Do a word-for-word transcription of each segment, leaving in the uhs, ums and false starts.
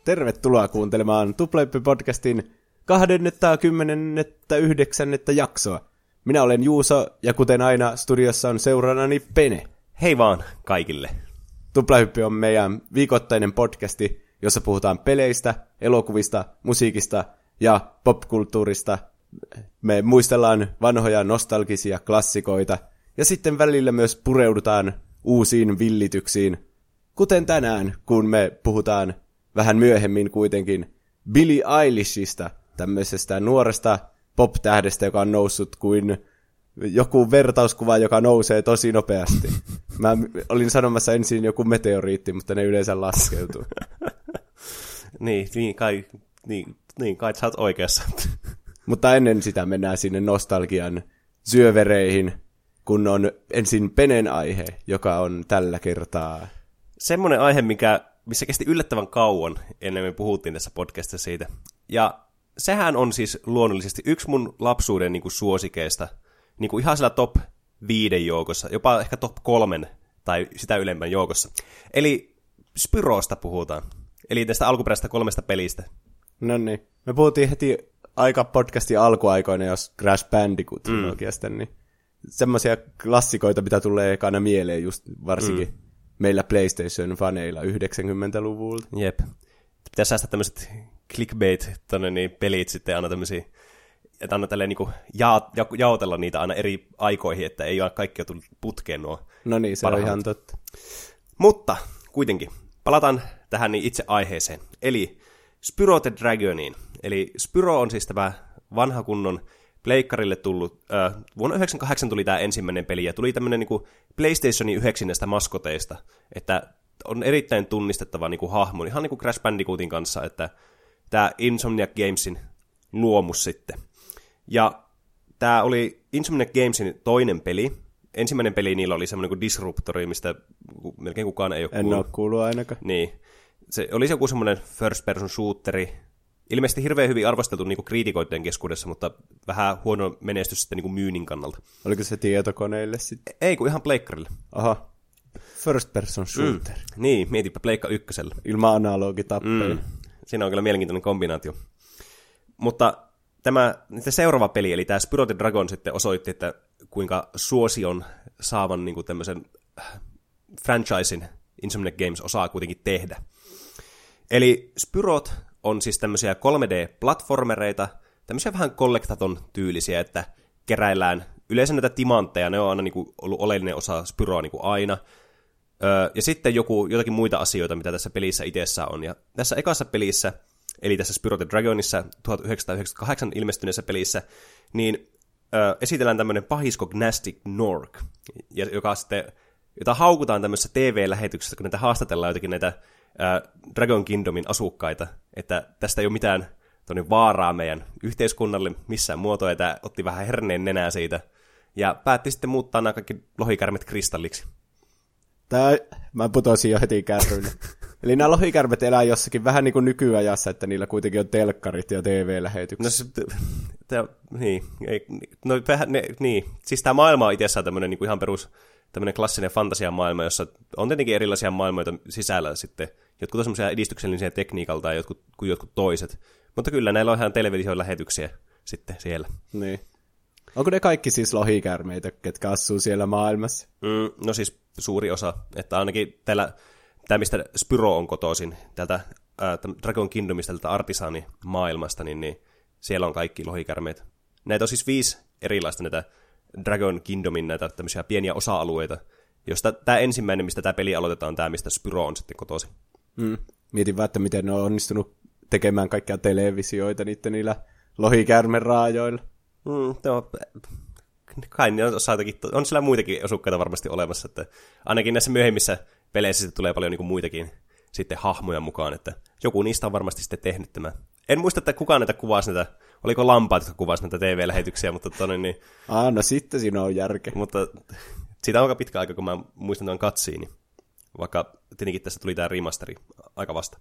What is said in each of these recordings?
Tervetuloa kuuntelemaan Tuplahyppi-podcastin kaksikymmentäyhdeksän jaksoa. Minä olen Juuso, ja kuten aina studiossa on seurannani Pene. Hei vaan kaikille. Tuplahyppi on meidän viikoittainen podcasti, jossa puhutaan peleistä, elokuvista, musiikista ja popkulttuurista. Me muistellaan vanhoja nostalgisia klassikoita, ja sitten välillä myös pureudutaan uusiin villityksiin. Kuten tänään, kun me puhutaan vähän myöhemmin kuitenkin Billie Eilishistä, tämmöisestä nuoresta pop-tähdestä, joka on noussut kuin joku vertauskuva, joka nousee tosi nopeasti. Mä olin sanomassa ensin joku meteoriitti, mutta ne yleensä laskeutuu. niin, niin, kai, niin, niin, kai sä oot oikeassa. Mutta ennen sitä mennään sinne nostalgian syövereihin, kun on ensin Penen aihe, joka on tällä kertaa semmoinen aihe, mikä, missä kesti yllättävän kauan ennen me puhuttiin tässä podcastissa siitä. Ja sehän on siis luonnollisesti yksi mun lapsuuden niin kuin suosikeista, niin kuin ihan siellä top viiden joukossa, jopa ehkä top kolmen tai sitä ylemmän joukossa. Eli Spyrosta puhutaan. Eli tästä alkuperäisestä kolmesta pelistä. No niin. Me puhuttiin heti aika podcastin alkuaikoina, jos Crash Bandicoot mm. oikeastaan, niin semmoisia klassikoita, mitä tulee ekana mieleen just varsinkin mm. meillä PlayStation-faneilla yhdeksänkymmentäluvulta. Jep. Pitäisi säästää tämmöiset clickbait-pelit sitten aina tämmöisiä, että aina tälleen niinku ja, ja, jaotella niitä aina eri aikoihin, että ei ole kaikki ole tullut putkeen nuo. No niin, se parhaat. On ihan totta. Mutta kuitenkin, palataan tähän niin itse aiheeseen. Eli Spyro the Dragoniin. Eli Spyro on siis tämä vanha kunnon pleikkarille tullut, äh, vuonna yhdeksänkymmentäkahdeksan tuli tämä ensimmäinen peli, ja tuli tämmöinen niinku PlayStationin yhdeksi näistä maskoteista, että on erittäin tunnistettava niinku hahmo, ihan niin kuin Crash Bandicootin kanssa, että tämä Insomniac Gamesin luomus sitten. Ja tämä oli Insomniac Gamesin toinen peli. Ensimmäinen peli niillä oli semmoinen kuin Disruptori, mistä melkein kukaan ei ole kuullut. En ole kuullut ainakaan. Niin. Se oli joku semmoinen first person shooteri. Ilmeisesti hirveän hyvin arvosteltu niin kuin kriitikoiden keskuudessa, mutta vähän huono menestys sitten niin kuin myynnin kannalta. Oliko se tietokoneille sitten? Ei, kun ihan pleikkarille. Aha. First person shooter. Mm. Niin, mietipä pleikka ykkösellä. Ilman analogitappeja. Mm. Siinä on kyllä mielenkiintoinen kombinaatio. Mutta tämä seuraava peli, eli tämä Spyro the Dragon sitten osoitti, että kuinka suosion saavan niin kuin tämmöisen franchisein Insomniac Games osaa kuitenkin tehdä. Eli Spyrot on siis tämmöisiä kolme D-platformereita, tämmöisiä vähän collectathon tyylisiä, että keräillään yleensä näitä timantteja, ne on aina niin kuin ollut oleellinen osa Spyroa niin kuin aina. Öö, ja sitten joku, jotakin muita asioita, mitä tässä pelissä itsessään on. Ja tässä ekassa pelissä, eli tässä Spyro the Dragonissa, tuhatyhdeksänsataayhdeksänkymmentäkahdeksan ilmestyneessä pelissä, niin öö, esitellään tämmöinen pahisko Gnastic Gnorc, joka sitten, jota haukutaan tämmöisessä T V-lähetyksessä, kun näitä haastatellaan jotakin näitä Dragon Kingdomin asukkaita, että tästä ei ole mitään vaaraa meidän yhteiskunnalle missään muotoa, ja tämä otti vähän herneen nenää siitä, ja päätti sitten muuttaa nämä kaikki lohikärmet kristalliksi. Tämä, mä putosin jo heti kärryille. Eli nämä lohikärmet elää jossakin vähän niin kuin nykyajassa, että niillä kuitenkin on telkkarit ja T V-lähetykset. No, tämä, niin, ei, no, ne, niin, siis tämä maailma on itsessään tämmöinen niin kuin ihan perus tämmöinen klassinen fantasiamaailma, jossa on tietenkin erilaisia maailmoita sisällä sitten. Jotkut on semmoisia edistyksellisiä tekniikalta ja jotkut, kuin jotkut toiset. Mutta kyllä näillä on ihan televisiolähetyksiä sitten siellä. Niin. Onko ne kaikki siis lohikärmeitä, ketkä asuu siellä maailmassa? Mm, no siis suuri osa. Että ainakin täällä, tämä mistä Spyro on kotoisin, täältä ää, Dragon Kingdomista, tältä artisaani-maailmasta, niin, niin siellä on kaikki lohikärmeitä. Näitä on siis viisi erilaista näitä Dragon Kingdomin näitä tämmöisiä pieniä osa-alueita, josta tämä ensimmäinen, mistä tämä peli aloitetaan, on tämä, mistä Spyro on sitten kotoisin. Mm. Mietin vaan, että miten ne on onnistunut tekemään kaikkia televisioita niiden niillä lohikärmeraajoilla. Mm, no, kai ne on, on siellä muitakin osukkaita varmasti olemassa, että ainakin näissä myöhemmissä peleissä sitten tulee paljon niin kuin muitakin sitten hahmoja mukaan, että joku niistä on varmasti sitten tehnyt tämä. En muista, että kukaan näitä kuvasi näitä, oliko lampaat, jotka kuvasi näitä T V-lähetyksiä, mutta tonne niin... Ah, no sitten siinä on järkeä. Mutta siitä on aika pitkä aika, kun mä muistan tämän katsiini, vaikka tietenkin tässä tuli tämä remasteri aika vasta.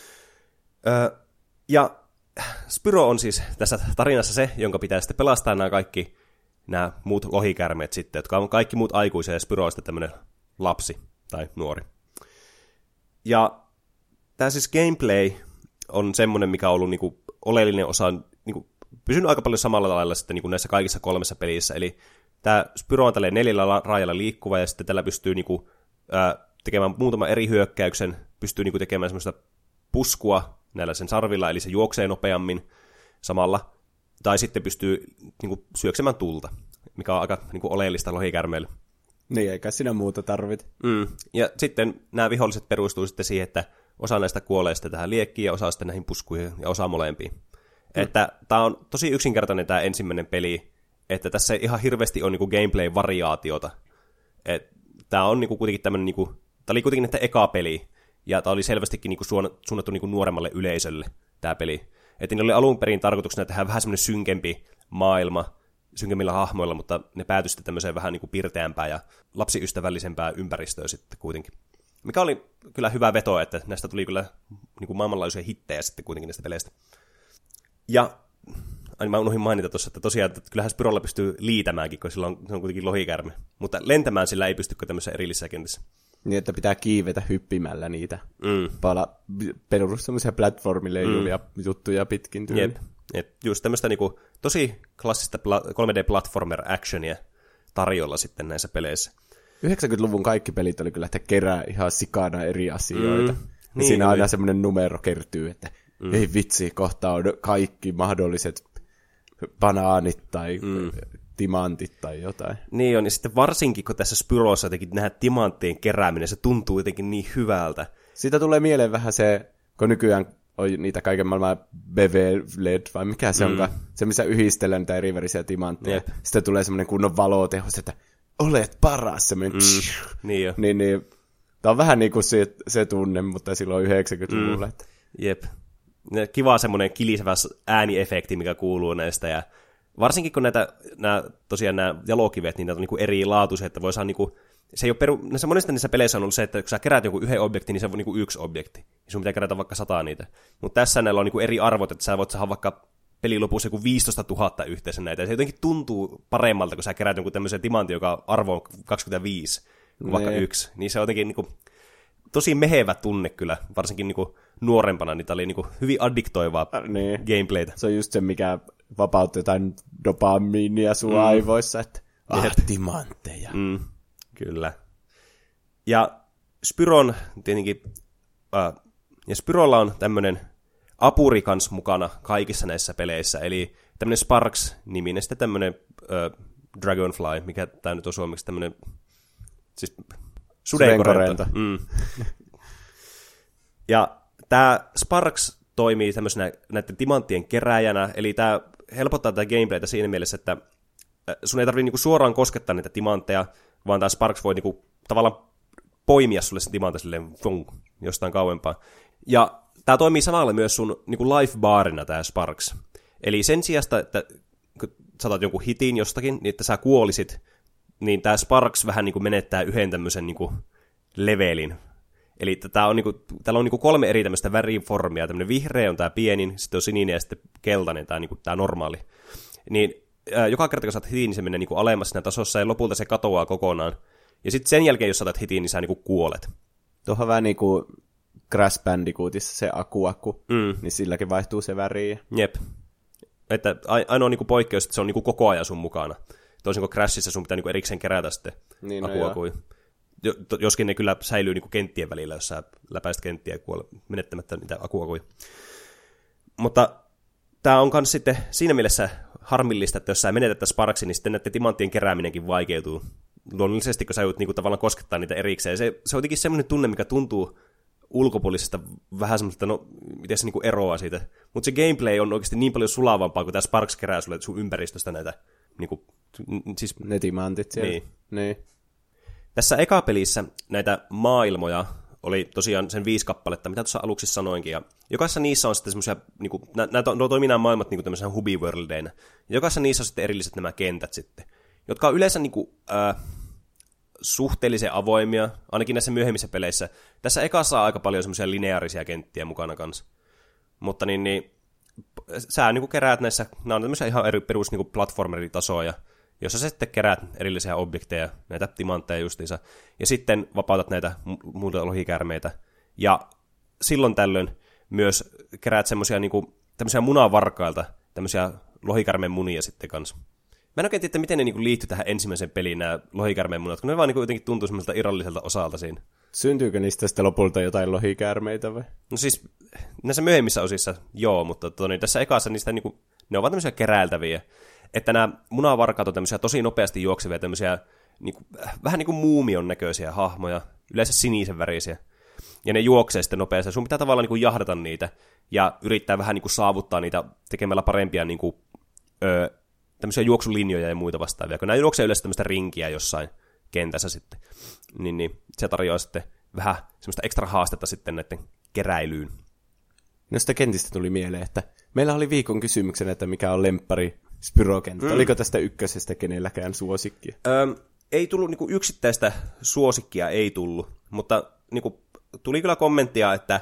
Öö, ja Spyro on siis tässä tarinassa se, jonka pitää sitten pelastaa nämä kaikki nämä muut lohikärmeet sitten, jotka on kaikki muut aikuisia, ja Spyro on sitten tämmöinen lapsi tai nuori. Ja tämä siis gameplay on semmoinen, mikä on ollut niin kuin oleellinen osa, niin kuin, pysynyt aika paljon samalla lailla sitten niin kuin näissä kaikissa kolmessa pelissä. Eli tämä Spyro on tälleen neljällä rajalla liikkuva, ja sitten tällä pystyy niin kuin, ää, tekemään muutaman eri hyökkäyksen, pystyy niin kuin, tekemään semmoista puskua näillä sen sarvilla, eli se juoksee nopeammin samalla, tai sitten pystyy niin kuin, syöksemään tulta, mikä on aika niin kuin, oleellista lohikärmeillä. Niin, eikä sinä muuta tarvit. Mm. Ja sitten nämä viholliset perustuu sitten siihen, että osa näistä kuolee sitten tähän liekkiin ja osa sitten näihin puskuihin ja osa molempiin. Mm. Että tämä on tosi yksinkertainen tämä ensimmäinen peli, että tässä ihan hirveästi on niinku gameplay-variaatiota. Tämä on niinku kuitenkin tämmöinen, niinku, tämä oli kuitenkin näitä eka peli, ja tämä oli selvästikin niinku suunnattu niinku nuoremmalle yleisölle, tämä peli. Että ne oli alun perin tarkoituksena tehdä vähän semmoinen synkempi maailma, synkemmillä hahmoilla, mutta ne päätyi sitten tämmöiseen vähän niinku pirteämpää ja lapsiystävällisempää ympäristöä sitten kuitenkin. Mikä oli kyllä hyvä veto, että näistä tuli kyllä niinku maailmanlaajuisia hittejä sitten kuitenkin näistä peleistä. Ja aina mä unohdin mainita tuossa, että tosiaan että kyllähän Spyrolla pystyy liitämäänkin, kun sillä on, se on kuitenkin lohikärme. Mutta lentämään sillä ei pystykö tämmöisessä erillisissä kentissä. Niin, että pitää kiivetä hyppimällä niitä. Mm. Pala perus semmoisia platformille mm. juttuja pitkin tyyliin. Jep. Et just tämmöistä niinku tosi klassista kolme D-platformer-actionia tarjolla sitten näissä peleissä. yhdeksänkymmentäluvun kaikki pelit oli kyllä, että kerää ihan sikana eri asioita. Mm. Niin, siinä oli. aina semmoinen numero kertyy, että mm. ei vitsi, kohta on kaikki mahdolliset banaanit tai mm. timantit tai jotain. Niin on, ja sitten varsinkin, kun tässä Spyrossa jotenkin nämä timanttien kerääminen, se tuntuu jotenkin niin hyvältä. Siitä tulee mieleen vähän se, kun nykyään on niitä kaiken maailman B V-L E D, vai mikä se mm. onkaan, se missä yhdistellään niitä erivärisiä timantteja. Yep. Sitten tulee semmoinen kunnon valotehos, että olet paras, semmoinen mm. niin jo. Niin, niin. Tämä on vähän niin kuin se, se tunne, mutta silloin yhdeksänkymmentäluvulla. Mm. Jep. Kiva semmoinen kilisevä ääniefekti, mikä kuuluu näistä, ja varsinkin kun näitä, nämä, tosiaan nämä jalokivet, niin ne on niin kuin eri laatuisia, että voi saada niin kuin, se ei ole peru, näissä monista niissä peleissä on ollut se, että kun sä keräät joku yhden objektin, niin se on niin kuin yksi objekti, ja sun pitää kerätä vaikka sataa niitä. Mutta tässä näillä on niin kuin eri arvot, että sä voit saada vaikka pelin lopussa joku viisitoista tuhatta yhteensä näitä, ja se jotenkin tuntuu paremmalta, kun sä keräät jonkun tämmöisen timantin, joka arvo on kaksikymmentäviisi, kuin vaikka yksi. Niin se on jotenkin niin kuin, tosi mehevä tunne kyllä, varsinkin niin kuin nuorempana, niin tämä oli niin kuin hyvin addiktoivaa niin. gameplaytä. Se on just se, mikä vapautti jotain dopamiinia sun mm. aivoissa, että ah, timantteja. Mm, kyllä. Ja Spyron tietenkin, äh, ja Spyrolla on tämmöinen apuri kans mukana kaikissa näissä peleissä, eli tämmöinen Sparks-niminen, sitten tämmöinen äh, Dragonfly, mikä tämä nyt on suomeksi tämmöinen, siis sudenkorento. Mm. Ja tämä Sparks toimii tämmöisenä näiden timanttien kerääjänä, eli tämä helpottaa tätä gameplaytä siinä mielessä, että sun ei tarvitse niinku suoraan koskettaa niitä timantteja, vaan tämä Sparks voi niinku tavallaan poimia sulle se timantti silleen fung, jostain kauempaa. Ja tämä toimii samalla myös sun niinku life-baarina, tämä Sparks. Eli sen sijasta, että kun saatat jonkun hitin jostakin, niin että sä kuolisit, niin tämä Sparks vähän niinku menettää yhden tämmöisen niinku levelin. Eli tää on niinku, täällä on niinku kolme eri tämmöistä väriformia. Tämmöinen vihreä on tämä pienin, sitten on sininen ja sitten keltainen, tämä niinku, tää normaali. Niin ää, joka kerta, kun saat hitin, niin se menee niinku alemmas siinä tasossa ja lopulta se katoaa kokonaan. Ja sitten sen jälkeen, jos saatat hitin, niin sä niinku kuolet. Tuohon vähän niin kuin Crash Bandicootissa se aku-aku, mm. niin silläkin vaihtuu se väri. Jep. Että ainoa niinku poikkeus, että se on niinku koko ajan sun mukana. Toisin kuin Crashissa sun pitää niinku erikseen kerätä sitten niin, aku-akuja. No joskin ne kyllä säilyy niinku kenttien välillä, jos sä läpäisit kenttiä ja kuole menettämättä niitä aku-akuja. Mutta tämä on myös sitten siinä mielessä harmillista, että jos sä menetät tässä Sparksin, niin sitten näiden timanttien kerääminenkin vaikeutuu. Luonnollisesti, kun sä joudut niinku tavallaan koskettaa niitä erikseen. Se, se on jotenkin semmoinen tunne, mikä tuntuu ulkopuolisesta vähän semmoista, no, miten se niinku eroaa siitä. Mutta se gameplay on oikeasti niin paljon sulavampaa, kun tämä Sparks kerää sulle sun ympäristöstä näitä, niinku, siis... Ne timantit siellä. Niin. niin. Tässä ekapelissä näitä maailmoja oli tosiaan sen viisi kappaletta, mitä tuossa aluksi sanoinkin, ja jokaisessa niissä on sitten semmoisia, niinku, nämä to, toimii nämä maailmat niinku tämmöisenä hubiworldeina, ja jokaisessa niissä on sitten erilliset nämä kentät sitten, jotka on yleensä niinku, äh, suhteellisen avoimia, ainakin näissä myöhemmissä peleissä. Tässä ekassa on aika paljon semmoisia lineaarisia kenttiä mukana kanssa, mutta niin, niin sä niinku keräät näissä, nämä on tämmöisiä ihan eri perus niinku platformeritasoja, jossa sä sitten keräät erillisiä objekteja, näitä timantteja justiinsa, ja sitten vapautat näitä muuta lohikärmeitä. Ja silloin tällöin myös keräät semmoisia niinku, tämmöisiä munavarkailta, tämmöisiä lohikärmen munia sitten kanssa. Mä en oikein tiedä, miten ne niinku liittyy tähän ensimmäiseen peliin, nämä lohikärmen munat, kun ne vaan niinku jotenkin tuntuu semmoiselta irralliselta osalta siinä. Syntyykö niistä sitten lopulta jotain lohikäärmeitä vai? No siis näissä myöhemmissä osissa joo, mutta to, niin tässä ekassa niistä niinku, ne ovat tämmöisiä keräiltäviä. Että nämä munavarkaat on tämmöisiä tosi nopeasti juoksevia, tämmöisiä niinku, vähän niin kuin muumion näköisiä hahmoja, yleensä sinisen värisiä. Ja ne juoksee sitten nopeasti. Sun pitää tavallaan niinku jahdata niitä ja yrittää vähän niinku saavuttaa niitä tekemällä parempia niinku, öö, tämmöisiä juoksulinjoja ja muita vastaavia. Kun nämä juoksee yleensä tämmöistä rinkiä jossain kentässä sitten, niin, niin se tarjoaa sitten vähän semmoista ekstra haastetta sitten näiden keräilyyn. Noista kentistä tuli mieleen, että meillä oli viikon kysymyksenä, että mikä on lemppari Spyro-kenttä. Mm. Oliko tästä ykkösestä kenelläkään suosikkia? Öö, ei tullut niinku yksittäistä suosikkia, ei tullut, mutta niinku, tuli kyllä kommenttia, että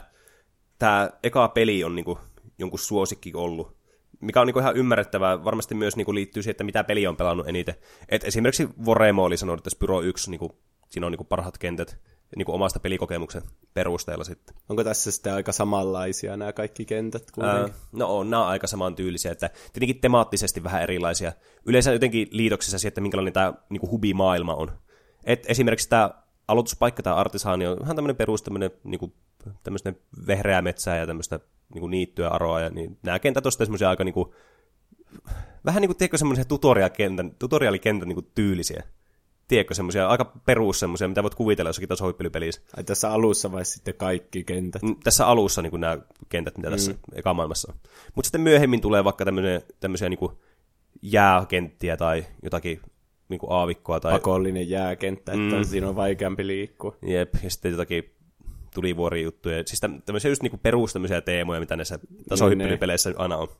tämä eka peli on niinku jonkun suosikki ollut, mikä on niinku ihan ymmärrettävää. Varmasti myös niinku liittyy siihen, että mitä peli on pelannut eniten. Et esimerkiksi Voremo oli sanonut, että Spyro yksi, niinku, siinä on niinku parhaat kentät niinku omasta pelikokemuksen perusteella sitten. Onko tässä sitten aika samanlaisia nämä kaikki kentät? Ää, no on, nämä on aika samantyylisiä, että tietenkin temaattisesti vähän erilaisia. Yleensä jotenkin liitoksissa siihen, että minkälainen tämä niinku hubi-maailma on. Et esimerkiksi tämä aloituspaikka, tämä artisaani, on ihan tämmöinen perus, tämmöinen niinku, tämmöistä vehreää metsää ja tämmöistä niinku niittyä, aroa, ja niin nämä kentät on sitten semmoisia aika niinku, vähän niin kuin, tiedätkö, semmoisia tutoriaalikentän, tutoriaalikentän niinku tyylisiä. Tiedätkö, semmoisia aika perus semmoisia, mitä voit kuvitella jossakin tasohyppelypelissä. Ai tässä alussa vai sitten kaikki kentät? Tässä alussa niin kuin nämä kentät, mitä tässä mm. eka maailmassa on. Mutta sitten myöhemmin tulee vaikka tämmöisiä niin kuin jääkenttiä tai jotakin niin kuin aavikkoa. Tai pakollinen jääkenttä, että mm. siinä on vaikeampi liikkua. Jep, ja sitten jotakin tulivuorijuttuja. Siis tämmöisiä just niin kuin perus tämmöisiä teemoja, mitä näissä tasohyppelypeleissä aina on.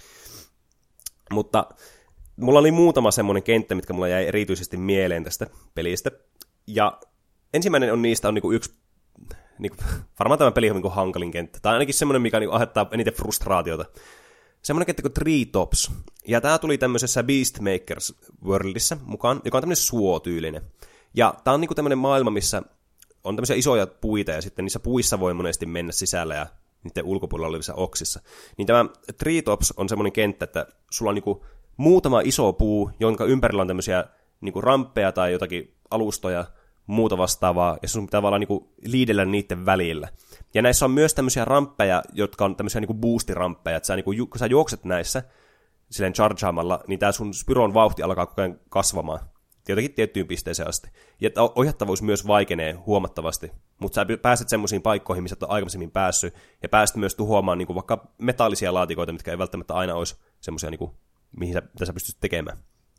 Mutta mulla oli muutama semmoinen kenttä, mitkä mulla jäi erityisesti mieleen tästä pelistä. Ja ensimmäinen on niistä on niinku yksi, niinku, varmaan tämä peli on niinku hankalin kenttä. Tai ainakin semmoinen, mikä niinku aiheuttaa eniten frustraatiota. Semmoinen kenttä kuin Treetops. Ja tämä tuli tämmöisessä Beastmakers Worldissa mukaan, joka on tämmöinen suotyylinen. Ja tämä on niinku tämmöinen maailma, missä on tämmöisiä isoja puita, ja sitten niissä puissa voi monesti mennä sisällä ja niiden ulkopuolella olevissa oksissa. Niin tämä Treetops on semmoinen kenttä, että sulla on niinku muutama iso puu, jonka ympärillä on tämmöisiä niinku ramppeja tai jotakin alustoja, muuta vastaavaa, ja sun pitää vaan niinku liidellä niiden välillä. Ja näissä on myös tämmöisiä ramppeja, jotka on tämmöisiä niinku boostiramppeja, että sä, niinku, kun sä juokset näissä silleen chargeamalla, niin tää sun Spyron vauhti alkaa koko ajan kasvamaan. Jotenkin tiettyyn pisteeseen asti. Ja ohjattavuus myös vaikenee huomattavasti, mutta sä pääset semmoisiin paikkoihin, missä et ole aikaisemmin päässyt, ja pääset myös tuhoamaan niinku vaikka metallisia laatikoita, mitkä ei välttämättä aina olisi semmoisia, niinku, mihin sä, mitä sä pystyt tekemään.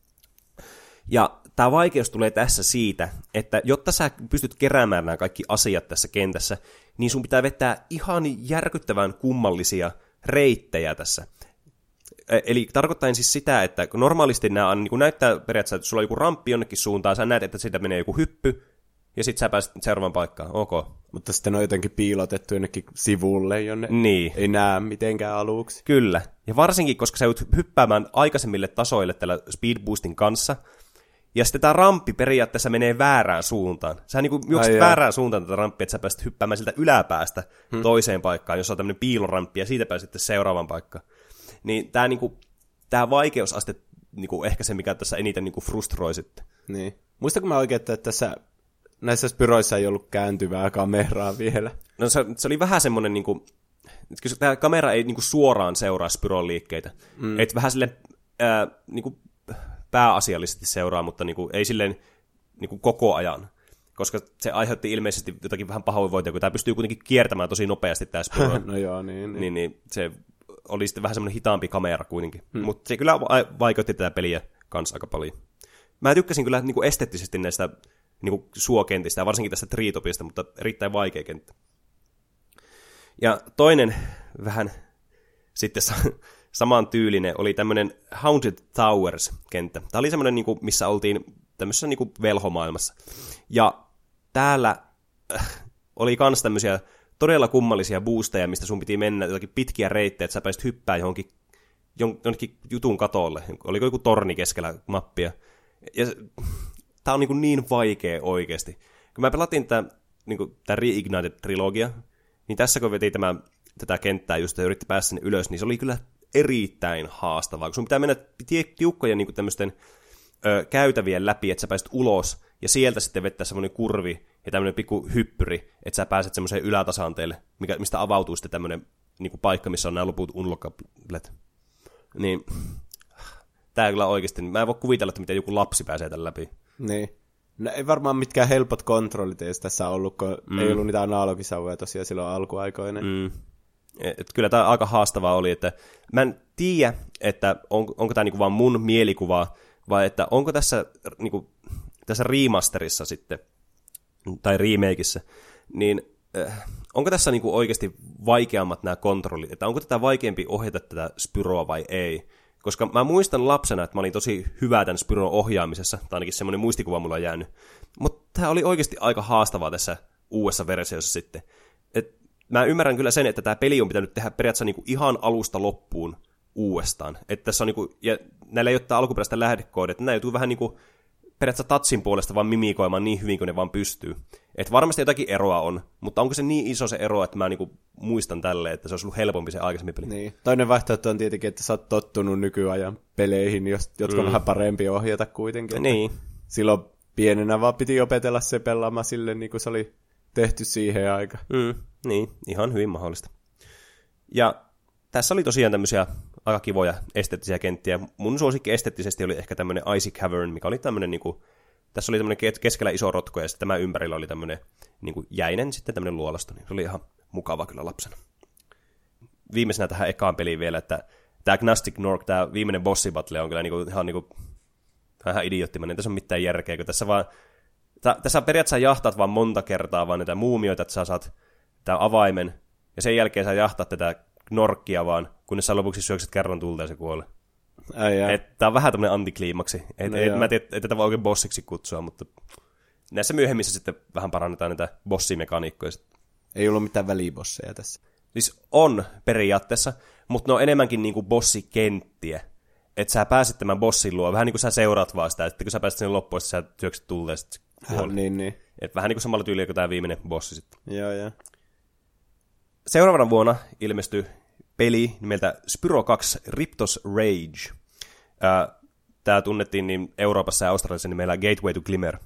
Ja tämä vaikeus tulee tässä siitä, että jotta sä pystyt keräämään nämä kaikki asiat tässä kentässä, niin sun pitää vetää ihan järkyttävän kummallisia reittejä tässä. Eli tarkoittain siis sitä, että normaalisti nämä niin näyttää periaatteessa, että sulla on joku ramppi jonnekin suuntaan, sä näet, että siitä menee joku hyppy, ja sitten sä pääset seuraavaan paikkaan. Ok. Mutta sitten on jotenkin piilotettu jonnekin sivulle, jonne niin. Ei näe mitenkään aluksi. Kyllä. Ja varsinkin, koska sä joudut hyppäämään aikaisemmille tasoille tällä Speed Boostin kanssa, ja sitten tämä ramppi periaatteessa menee väärään suuntaan. Sä niin juokset väärään suuntaan tätä ramppia, että sä pääset hyppäämään siltä yläpäästä hmm. toiseen paikkaan, jossa on tämmöinen piiloramppi, ja siitä pääset sitten seuraavaan paikkaan. Niin tämä niinku, vaikeusaste niinku, ehkä se, mikä tässä eniten niinku, frustroi sitten. Niin. Muistatko mä oikein, että tässä näissä Spyroissa ei ollut kääntyvää kameraa vielä? No se, se oli vähän semmoinen, niinku, että tämä kamera ei niinku, suoraan seuraa Spyron liikkeitä. Mm. Et vähän silleen ää, niinku, pääasiallisesti seuraa, mutta niinku, ei silleen niinku, koko ajan. Koska se aiheutti ilmeisesti jotakin vähän pahoinvointia, kun tämä pystyy kuitenkin kiertämään tosi nopeasti tämä Spyro. No joo, niin. niin. niin, niin se oli sitten vähän semmoinen hitaampi kamera kuitenkin. Hmm. Mutta se kyllä vaikeutti tätä peliä kanssa aika paljon. Mä tykkäsin kyllä niinku esteettisesti näistä niinku suokentistä, ja varsinkin tästä Treetopista, mutta erittäin vaikea kenttä. Ja toinen vähän sitten saman tyylinen oli tämmöinen Haunted Towers-kenttä. Tämä oli semmoinen, niinku, missä oltiin tämmöisessä niinku velhomaailmassa. Ja täällä äh, oli kans tämmöisiä todella kummallisia boosteja, mistä sun piti mennä jotakin pitkiä reittejä, että sä pääsit hyppää johonkin, jonnekin jutun katolle. Oliko joku torni keskellä mappia. Ja tää on niin, niin vaikea oikeasti. Kun mä pelatin tää, niin tää Reignited-trilogia, niin tässä kun veti tämä tätä kenttää just ja yritti päästä sinne ylös, niin se oli kyllä erittäin haastavaa, kun sun pitää mennä tiukkojen niin tämmöisten ö, käytävien läpi, että sä pääset ulos, ja sieltä sitten vettää semmoinen kurvi ja tämmöinen pikku hyppyri, että sä pääset semmoiseen ylätasanteelle, mikä, mistä avautuu sitten tämmöinen niin kuin paikka, missä on nämä loput unlockablet. Niin, tää kyllä oikeasti, mä en voi kuvitella, että miten joku lapsi pääsee tämän läpi. Niin. No ei varmaan mitkään helpot kontrollit edes tässä ollut, kun mm. ei ollut niitä analogisauvoja tosiaan silloin alkuaikoina. Mm. Et kyllä tämä aika haastavaa oli, että mä en tiedä, että on, onko tämä niinku vaan mun mielikuva, vai että onko tässä, niinku, tässä remasterissa sitten, tai remakeissa, niin äh, onko tässä niinku oikeasti vaikeammat nämä kontrollit, että onko tätä vaikeampi ohjata tätä Spyroa vai ei. Koska mä muistan lapsena, että mä olin tosi hyvä tämän Spyron ohjaamisessa, tai ainakin semmoinen muistikuva mulla on jäänyt. Mutta tämä oli oikeasti aika haastavaa tässä uudessa versiossa sitten. Et mä ymmärrän kyllä sen, että tämä peli on pitänyt tehdä periaatteessa niinku ihan alusta loppuun uudestaan. Että tässä on niinku, ja näillä ei ole tämä alkuperäistä lähdekoodia, että nämä joutuu vähän niinku periaatteessa tatsin puolesta vaan mimikoimaan niin hyvin kuin ne vaan pystyy. Että varmasti jotakin eroa on, mutta onko se niin iso se ero, että mä niinku muistan tälleen, että se olisi ollut helpompi se aikaisemmin peli. Niin. Toinen vaihtoehto on tietenkin, että sä oot tottunut nykyajan peleihin, jotka on mm. vähän parempi ohjata kuitenkin. Niin. Silloin pienenä vaan piti opetella se pelaamaan sille, niin kuin se oli tehty siihen aikaan. Mm. Niin, ihan hyvin mahdollista. Ja tässä oli tosiaan tämmöisiä aika kivoja esteettisiä kenttiä. Mun suosikki esteettisesti oli ehkä tämmöinen Icy Cavern, mikä oli tämmöinen niinku, tässä oli tämmöinen keskellä iso rotko, ja sitten tämä ympärillä oli tämmöinen niinku jäinen, sitten tämmöinen luolasto. Niin se oli ihan mukava kyllä lapsena. Viimeisenä tähän ekaan peliin vielä, että tämä Gnastic Gnorc, tämä viimeinen bossi battle on kyllä niinku, ihan, niinku, ihan idioottimainen. Tässä on mitään järkeä, kun tässä vaan, tä, tässä periaatteessa jahtaat vaan monta kertaa vaan näitä muumioita, että sä saat tämän avaimen, ja sen jälkeen sä jahtaat tätä Gnorkia vaan, kunnes sä lopuksi syökset kerran tulta ja se kuolee. Tämä on vähän tämmöinen antikliimaksi. Et, no et, mä tiedän, että tätä voi oikein bossiksi kutsua, mutta näissä myöhemmissä sitten vähän parannetaan näitä bossimekaniikkoja. Ei ollut mitään välibosseja tässä. Siis on periaatteessa, mutta ne on enemmänkin niinku bossikenttiä. Että sä pääset tämän bossin luo, vähän niin kuin sä seuraat vaan sitä, että kun sä pääset sinne loppuun, sä syökset tulta ja sitten kuolee. Niin, niin. Et vähän niin kuin samalla tyyliä kuin tämä viimeinen bossi sitten. Joo, joo. Seuraavana vuonna ilmestyi peli nimeltä Spyro kaksi Riptos Rage. Tämä tunnettiin niin Euroopassa ja Australiassa nimellä Gateway to Glimmer.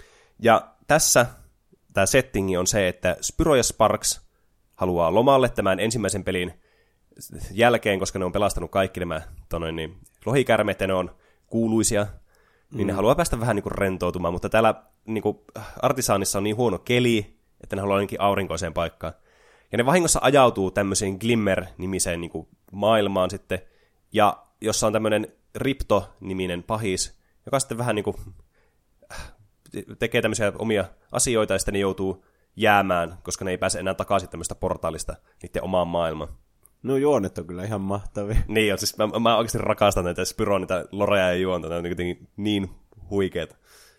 Ja tässä tämä settingi on se, että Spyro ja Sparks haluaa lomalle tämän ensimmäisen pelin jälkeen, koska ne on pelastanut kaikki nämä tonoin, niin, lohikärmeet ja ne on kuuluisia, niin mm. ne haluaa päästä vähän niin kuin rentoutumaan, mutta täällä niin kuin Artisanissa on niin huono keli, että ne haluaa ainakin aurinkoiseen paikkaan. Ja ne vahingossa ajautuu tämmöiseen Glimmer-nimiseen niin kuin maailmaan sitten, ja jossa on tämmöinen Ripto-niminen pahis, joka sitten vähän niin kuin tekee tämmöisiä omia asioita, ja sitten ne joutuu jäämään, koska ne ei pääse enää takaisin tämmöistä portaalista niiden omaan maailmaan. No juonet on kyllä ihan mahtavia. Niin, siis mä, mä oikeasti rakastan näitä Spyron, niitä loreja ja juonta, ne on niin, niin huikeita.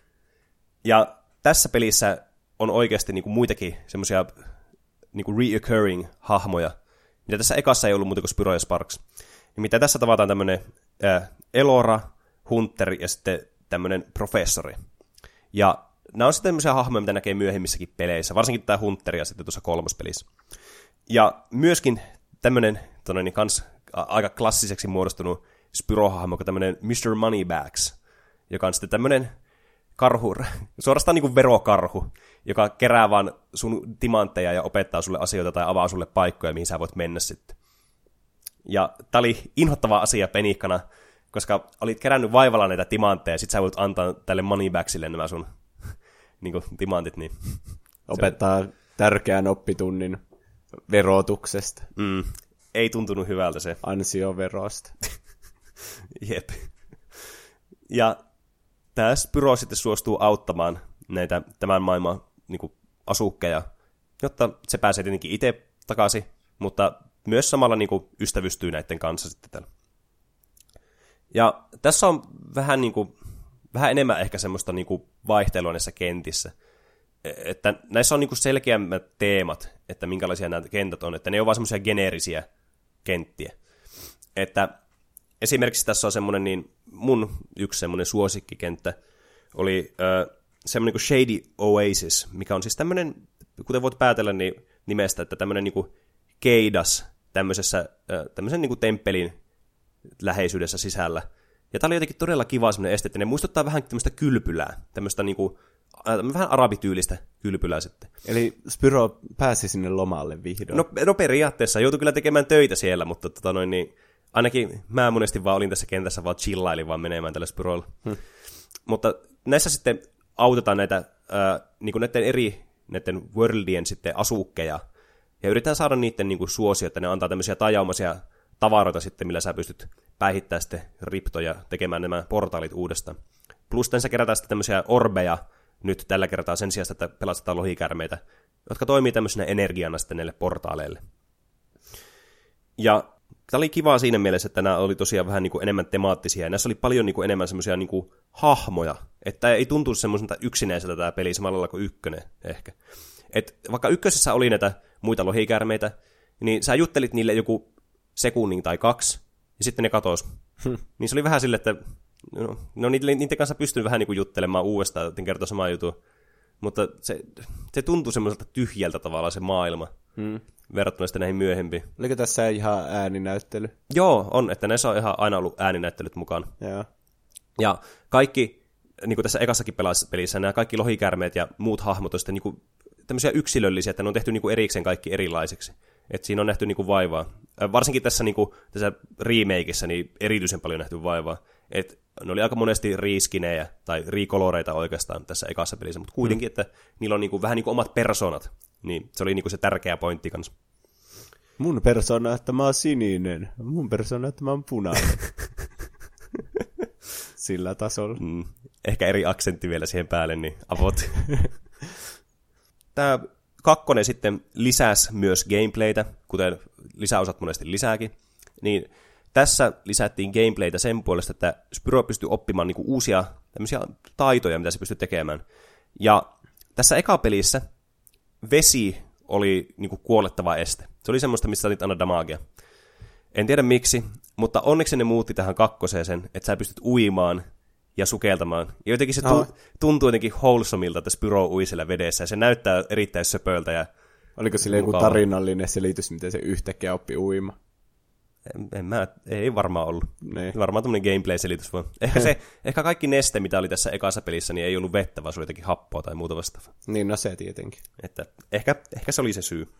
Ja tässä pelissä on oikeasti niin kuin muitakin semmoisia niin kuin reoccurring hahmoja, mitä tässä ekassa ei ollut muuta kuin Spyro ja Sparks. Ja mitä tässä tavataan tämmöinen äh, Elora, Hunter ja sitten tämmöinen professori. Ja nämä on sitten tämmöisiä hahmoja, mitä näkee myöhemmissäkin peleissä, varsinkin tämä Hunter ja sitten tuossa kolmospelissä. Ja myöskin tämmöinen niin kans aika klassiseksi muodostunut Spyro-hahmo, kuin tämmöinen mister Moneybags, joka on sitten tämmöinen karhu, suorastaan niin kuin verokarhu, joka kerää vaan sun timantteja ja opettaa sulle asioita tai avaa sulle paikkoja, mihin sä voit mennä sitten. Ja tää oli inhottava asia penikkana, koska olit kerännyt vaivalla näitä timantteja, ja sit sä voit antaa tälle Moneybagsille nämä sun niin kuin, timantit. Niin. Opettaa tärkeän oppitunnin verotuksesta. Mm, ei tuntunut hyvältä se. Ansioverosta. Jep. Ja tämä Spyro sitten suostuu auttamaan näitä tämän maailman niin kuin, asukkeja, jotta se pääsee tietenkin itse takaisin, mutta myös samalla niin kuin, ystävystyy näiden kanssa sitten tällä. Ja tässä on vähän, niin kuin, vähän enemmän ehkä semmoista niin kuin, vaihtelua näissä kentissä. Että näissä on niin kuin, selkeämmät teemat, että minkälaisia nämä kentät on, että ne on vaan semmoisia geneerisiä kenttiä. Että esimerkiksi tässä on semmoinen, niin mun yksi semmoinen suosikkikenttä oli äh, semmoinen kuin Shady Oasis, mikä on siis tämmöinen, kuten voit päätellä niin nimestä, että tämmöinen niin kuin keidas tämmöisessä, tämmöisen niin kuin temppelin läheisyydessä sisällä. Ja tää oli jotenkin todella kiva semmoinen esteetti. Ne muistuttaa vähän tämmöistä kylpylää, tämmöistä niin kuin, vähän arabityylistä kylpylää sitten. Eli Spyro pääsi sinne lomalle vihdoin. No, no periaatteessa, joutui kyllä tekemään töitä siellä, mutta tota noin, niin, ainakin mä monesti vaan olin tässä kentässä, vaan chillailin vaan menemään tällä Spyrolla. Hmm. Mutta näissä sitten autetaan näitä äh, niin kuin näiden eri näiden worldien sitten asukkeja, ja yritetään saada niiden niin kuin suosio, että ne antaa tämmöisiä tajaumaisia tavaroita sitten, millä sä pystyt päihittämään sitten riptoja tekemään nämä portaalit uudestaan. Plus tässä kerätään sitten tämmöisiä orbeja nyt tällä kertaa sen sijaan, että pelastetaan lohikärmeitä, jotka toimii tämmöisenä energiana sitten näille portaaleille. Ja tämä oli kivaa siinä mielessä, että nämä oli tosiaan vähän niin kuin enemmän temaattisia, ja näissä oli paljon niin kuin enemmän semmoisia niin kuin hahmoja, että ei tuntu semmoiselta yksinäiseltä tämä peli samalla lailla kuin ykkönen ehkä. Et vaikka ykkösessä oli näitä muita lohikärmeitä, niin sä juttelit niille joku sekunnin tai kaksi, ja sitten ne katosi. Hmm. Niin se oli vähän silleen, että no, no niiden, niiden kanssa pystyn vähän niin kuin juttelemaan uudestaan, että kertoo samaa juttua. Mutta se, se tuntui semmoiselta tyhjältä tavallaan se maailma, hmm. verrattuna sitten näihin myöhempiin. Oliko tässä ihan ääninäyttely? Joo, on, että näissä on ihan aina ollut ääninäyttelyt mukana. Joo. Ja kaikki, niin kuin tässä ekassakin pelissä, nämä kaikki lohikärmeet ja muut hahmot on sitten niin kuin tämmöisiä yksilöllisiä, että ne on tehty niin kuin erikseen kaikki erilaiseksi. Että siinä on nähty niin kuin vaivaa. Varsinkin tässä, niin kuin, tässä remakeissa niin erityisen paljon nähty vaivaa. Että ne oli aika monesti riiskinejä tai riikoloreita oikeastaan tässä ekassa pelissä, mutta kuitenkin, mm. että niillä on niin kuin, vähän niin kuin omat persoonat. Niin se oli niin kuin se tärkeä pointti kanssa. Mun persona, että mä oon sininen. Mun persona, että mä oon punainen. Sillä tasolla. Mm. Ehkä eri aksentti vielä siihen päälle, niin avot. Tämä kakkonen sitten lisäsi myös gameplaytä, kuten lisäosat monesti lisääkin. Niin tässä lisättiin gameplaytä sen puolesta, että Spyro pystyy oppimaan niinku uusia tämmöisiä taitoja, mitä se pystyy tekemään. Ja tässä ekapelissä vesi oli niinku kuolettava este. Se oli semmoista, missä saatit aina damagea. En tiedä miksi, mutta onneksi ne muutti tähän kakkoseen sen, että sä pystyt uimaan ja sukeltamaan. Ja jotenkin se no. tuntuu jotenkin wholesomilta, että Spyro ui siellä vedessä, ja se näyttää erittäin söpöltä. Ja oliko sille joku tarinallinen selitys, miten se yhtäkkiä oppi uima? En, en mä, ei varmaan ollut. Niin. Varmaan tämmöinen gameplay-selitys vaan. Ehkä, se, ehkä kaikki neste, mitä oli tässä ekassa pelissä, niin ei ollut vettä, vaan se oli jotenkin happoa tai muuta vastaavaa. Niin, no se tietenkin. Että ehkä, ehkä se oli se syy.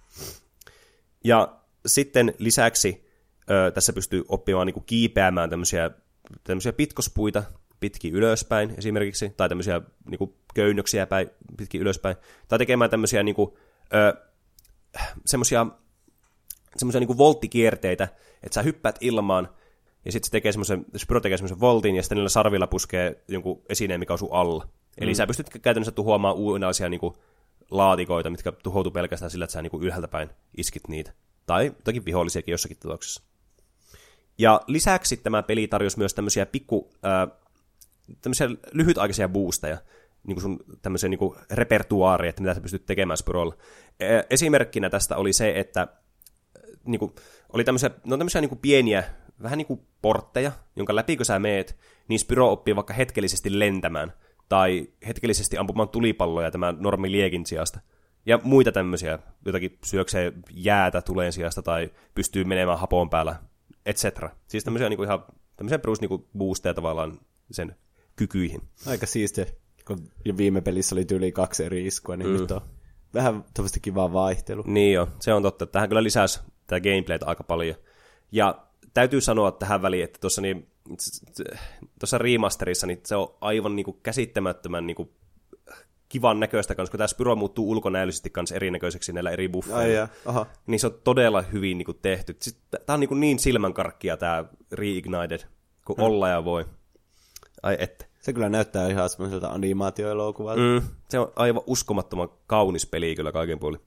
Ja sitten lisäksi ö, tässä pystyy oppimaan niin kuin kiipeämään tämmöisiä, tämmöisiä pitkospuita pitkin ylöspäin esimerkiksi, tai tämmöisiä niin kuin köynnöksiä päin, pitkin ylöspäin, tai tekemään tämmöisiä niin kuin, ö, semmoisia semmoisia niinku volttikierteitä, että sä hyppäät ilmaan, ja sitten se tekee semmoisen, Spyro tekee semmoisen voltin, ja sitten niillä sarvilla puskee jonkun esineen, mikä on sun alla. Mm. Eli sä pystyt käytännössä tuhoamaan uudenlaisia niinku laatikoita, mitkä tuhoutuu pelkästään sillä, että sä niinku ylhäältä päin iskit niitä. Tai jotakin vihollisiakin jossakin tapauksessa. Ja lisäksi tämä peli tarjosi myös tämmöisiä pikku, ää, tämmöisiä lyhytaikaisia boosteja, niinku sun tämmöisiä niinku repertuaaria, että mitä sä pystyt tekemään Spyrolla. Esimerkkinä tästä oli se, että niinku, oli tämmöisiä, no tämmöisiä niinku pieniä, vähän niin kuin portteja, jonka läpi kun sä meet, niin Spyro oppii vaikka hetkellisesti lentämään, tai hetkellisesti ampumaan tulipalloja tämän normi liekin sijasta. Ja muita tämmöisiä, jotakin syöksee jäätä tuleen sijasta, tai pystyy menemään hapon päällä, et cetera. Siis tämmöisiä niinku ihan, tämmöisiä perus niinku boosteja tavallaan sen kykyihin. Aika siistiä, kun jo viime pelissä oli yli kaksi eri iskua, niin mm. nyt on vähän tämmöistä kivaa vaihtelu. Niin joo, se on totta. Tähän kyllä lisäsi tämä gameplaytä aika paljon. Ja täytyy sanoa tähän väliin, että tuossa niin, remasterissa niin se on aivan niin kuin käsittämättömän niin kuin kivan näköistä kanssa, kun tämä Spyro muuttuu ulkonäöllisesti kanssa erinäköiseksi näillä eri buffeilla. Niin se on todella hyvin niin kuin tehty. Tämä on niin, kuin niin silmänkarkkia tämä Reignited, kun hmm. olla ja voi. Ai että. Se kyllä näyttää ihan semmoiselta animaatioelokuvalta. Mm, se on aivan uskomattoman kaunis peli kyllä kaiken puolin.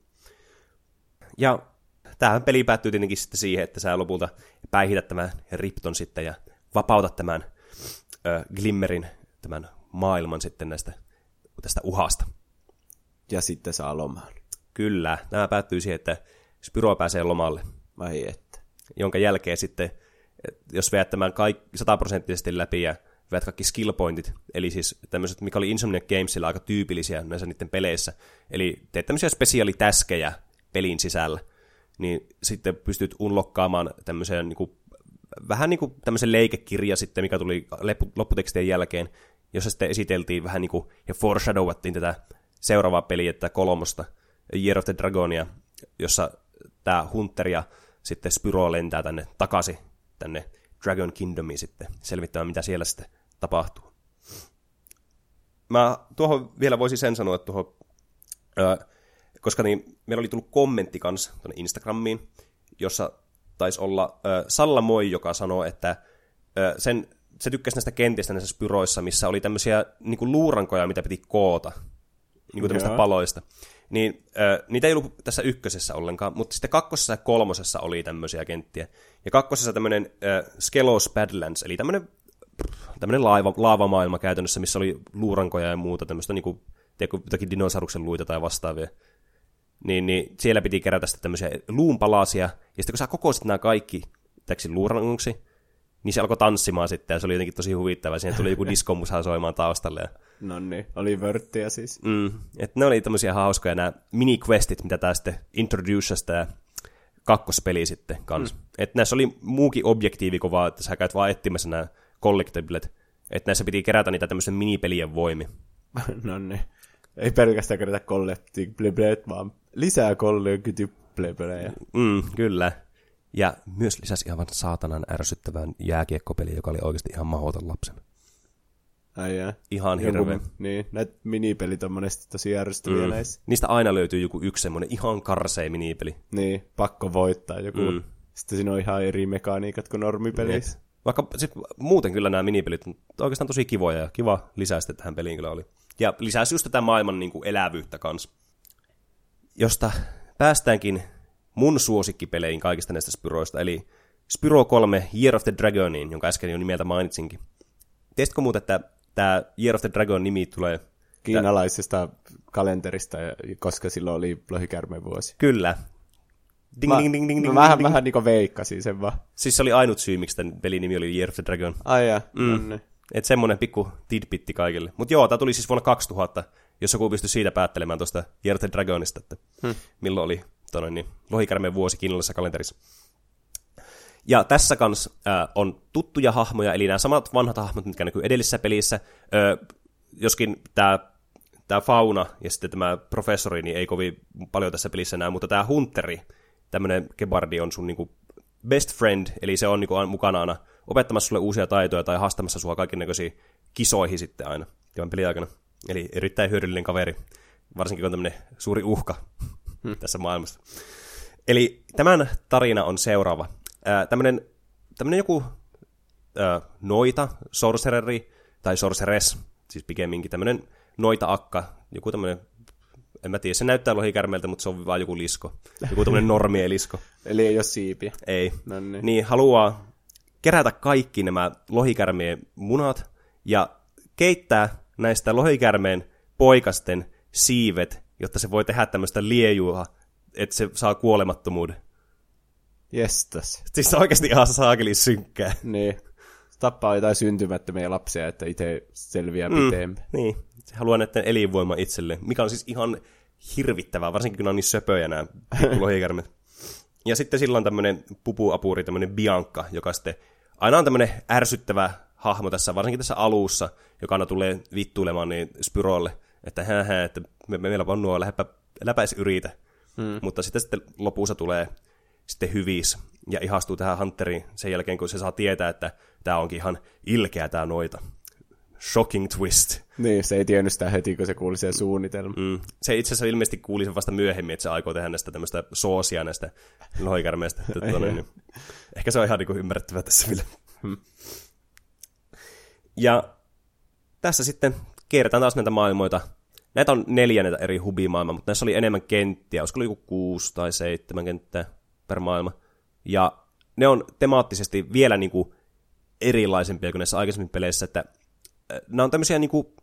Ja tämähän peli päättyy tietenkin sitten siihen, että sä lopulta päihität tämän Ripton sitten ja vapautat tämän ö, Glimmerin, tämän maailman sitten näistä, tästä uhasta. Ja sitten saa lomaan. Kyllä, tämä päättyy siihen, että Spyro pääsee lomalle. Vai että. Jonka jälkeen sitten, jos veät tämän kaikki sataprosenttisesti läpi ja veät kaikki skill pointit, eli siis tämmöiset, mikä oli Insomniac Gamesilla aika tyypillisiä näissä niiden peleissä, eli teet tämmöisiä spesiaalitäskejä pelin sisällä, niin sitten pystyt unlokkaamaan tämmöisen niin kuin, vähän niin kuin tämmöisen leikekirja sitten, mikä tuli lopputekstien jälkeen, jossa sitten esiteltiin vähän niin kuin, ja foreshadowattiin tätä seuraavaa peliä, tätä kolmosta, Year of the Dragonia, jossa tämä Hunter ja sitten Spyro lentää tänne takaisin, tänne Dragon Kingdomiin sitten, selvittämään, mitä siellä sitten tapahtuu. Mä tuohon vielä voisin sen sanoa, että tuohon, äh, koska niin, meillä oli tullut kommentti kanssa tuonne Instagramiin, jossa taisi olla äh, Salla Moi, joka sanoi, että äh, sen, se tykkäsi näistä kentistä näissä Spyroissa, missä oli tämmöisiä niin kuin luurankoja, mitä piti koota, niin kuin tämmöistä paloista. Niin äh, niitä ei ollut tässä ykkösessä ollenkaan, mutta sitten kakkosessa ja kolmosessa oli tämmöisiä kenttiä. Ja kakkosessa tämmöinen äh, Skelos Badlands, eli tämmöinen tämmöinen laiva, laavamaailma käytännössä, missä oli luurankoja ja muuta, tämmöistä niin kuin, tiedätkö, jotakin dinosauruksen luita tai vastaavia. Niin, niin siellä piti kerätä sitten tämmöisiä luunpalasia, ja sitten kun sä kokoisit nämä kaikki täksi luurangoksi, niin se alkoi tanssimaan sitten, ja se oli jotenkin tosi huvittavaa. Siinä tuli joku diskomusa soimaan taustalle. Ja... No niin, oli vörttiä siis. Mm, että ne oli tämmöisiä hauskoja, nämä mini-questit, mitä tää sitten introducesi tämä kakkospeli sitten kanssa. Mm. Että näissä oli muukin objektiivi kovaa, että sä käyt vaan etsimässä nämä collectiblet, että näissä piti kerätä niitä tämmöisen minipelien voimi. No niin. Ei pelkästään kerätä collectiblet, vaan lisää collectiblejä. Mm, kyllä. Ja myös lisäsi ihan saatanan ärsyttävän jääkiekkopeli, joka oli oikeasti ihan mahdoton lapsen. Ai jää. Ihan hirveä. Niin, näitä minipelit on monesti tosi ärsyttäviä mm. näissä. Niistä aina löytyy joku yksi semmoinen ihan karsea minipeli. Niin, pakko voittaa joku. Mm. Sitten siinä on ihan eri mekaniikat kuin normipelissä. Niin. Vaikka sit, muuten kyllä nämä minipelit on oikeastaan tosi kivoja ja kiva lisäistä tähän peliin kyllä oli. Ja lisäsi just tätä maailman niin kuin elävyyttä kanssa. Josta päästäänkin mun suosikkipeleihin kaikista näistä Spyroista, eli Spyro kolme Year of the Dragoniin, jonka äsken jo nimeltä mainitsinkin. Tiesitkö muuten, että tämä Year of the Dragon nimi tulee kiinalaisesta kalenterista, koska silloin oli lohikärmen vuosi? Kyllä. Ding, mä, ding, ding, ding, mä ding, vähän, ding. vähän niin kuin veikkasin sen vaan. Siis se oli ainut syy, miksi tämän pelin nimi oli Year of the Dragon. Ai jaa, mm. Että semmoinen pikku tidbitti kaikille. Mutta joo, tämä tuli siis vuonna kaksituhatta, jos joku pystyi siitä päättelemään tuosta Year of the Dragonista, että hmm. milloin oli tonne, niin, lohikärmen vuosi kiinalaisessa kalenterissa. Ja tässä kanssa äh, on tuttuja hahmoja, eli nämä samat vanhat hahmot, mitkä näkyy edellisessä pelissä, äh, joskin tämä tämä fauna ja sitten tämä professori niin ei kovin paljon tässä pelissä näy, mutta tämä Hunteri, tämmöinen kebardi on sun niinku best friend, eli se on niinku mukana aina opettamassa sulle uusia taitoja tai haastamassa sua kaikennäköisiin kisoihin sitten aina tämän pelin aikana. Eli erittäin hyödyllinen kaveri, varsinkin kun on tämmöinen suuri uhka hmm. tässä maailmassa. Eli tämän tarina on seuraava. Ää, tämmöinen, tämmöinen joku ää, noita, sorcereri tai sorceress, siis pikemminkin tämmöinen noita-akka, joku tämmöinen, en mä tiedä, se näyttää lohikärmeeltä, mutta se on vaan joku lisko. Joku tämmöinen normielisko. Eli ei ole siipiä. Ei. No niin. Niin haluaa kerätä kaikki nämä lohikärmeen munat ja keittää näistä lohikärmeen poikasten siivet, jotta se voi tehdä tämmöistä liejua, että se saa kuolemattomuuden. Jestas. Siis se on oikeasti ihan saakeli synkkää. Niin. Tappaa jotain syntymättömiä lapsia, että itse selviää mm, pitempään. Niin. Se haluaa näiden elinvoima itselleen, mikä on siis ihan hirvittävää, varsinkin kun on niin söpöjä nämä pikkulohikärmet. Ja sitten sillä on tämmöinen pupuapuri, tämmöinen Bianca, joka sitten aina on tämmöinen ärsyttävä hahmo tässä, varsinkin tässä alussa, joka aina tulee vittuilemaan niin Spyrolle, että hä, hä, että me, me meillä on nuo, lähdepä, läpäis yritä. Hmm. Mutta sitten, sitten lopussa tulee sitten hyvis ja ihastuu tähän Hunteriin sen jälkeen, kun se saa tietää, että tämä onkin ihan ilkeä tämä noita. Shocking twist. Niin, se ei tiennyt sitä heti, kun se kuuli sen suunnitelman. Mm. Se itse asiassa ilmeisesti kuuli sen vasta myöhemmin, että se aikoo tehdä näistä tämmöistä soosia näistä lohikärmeistä. niin. Ehkä se on ihan niin ymmärrettävää tässä vielä. Hmm. Ja tässä sitten kierretään taas näitä maailmoita. Näitä on neljä näitä eri hubimaailmaa, mutta näissä oli enemmän kenttiä. Olisiko oli joku kuusi tai seitsemän kenttää per maailma. Ja ne on temaattisesti vielä niin kuin erilaisempia kuin näissä aikaisemmin peleissä, että nämä on tämmöisiä niin kuin,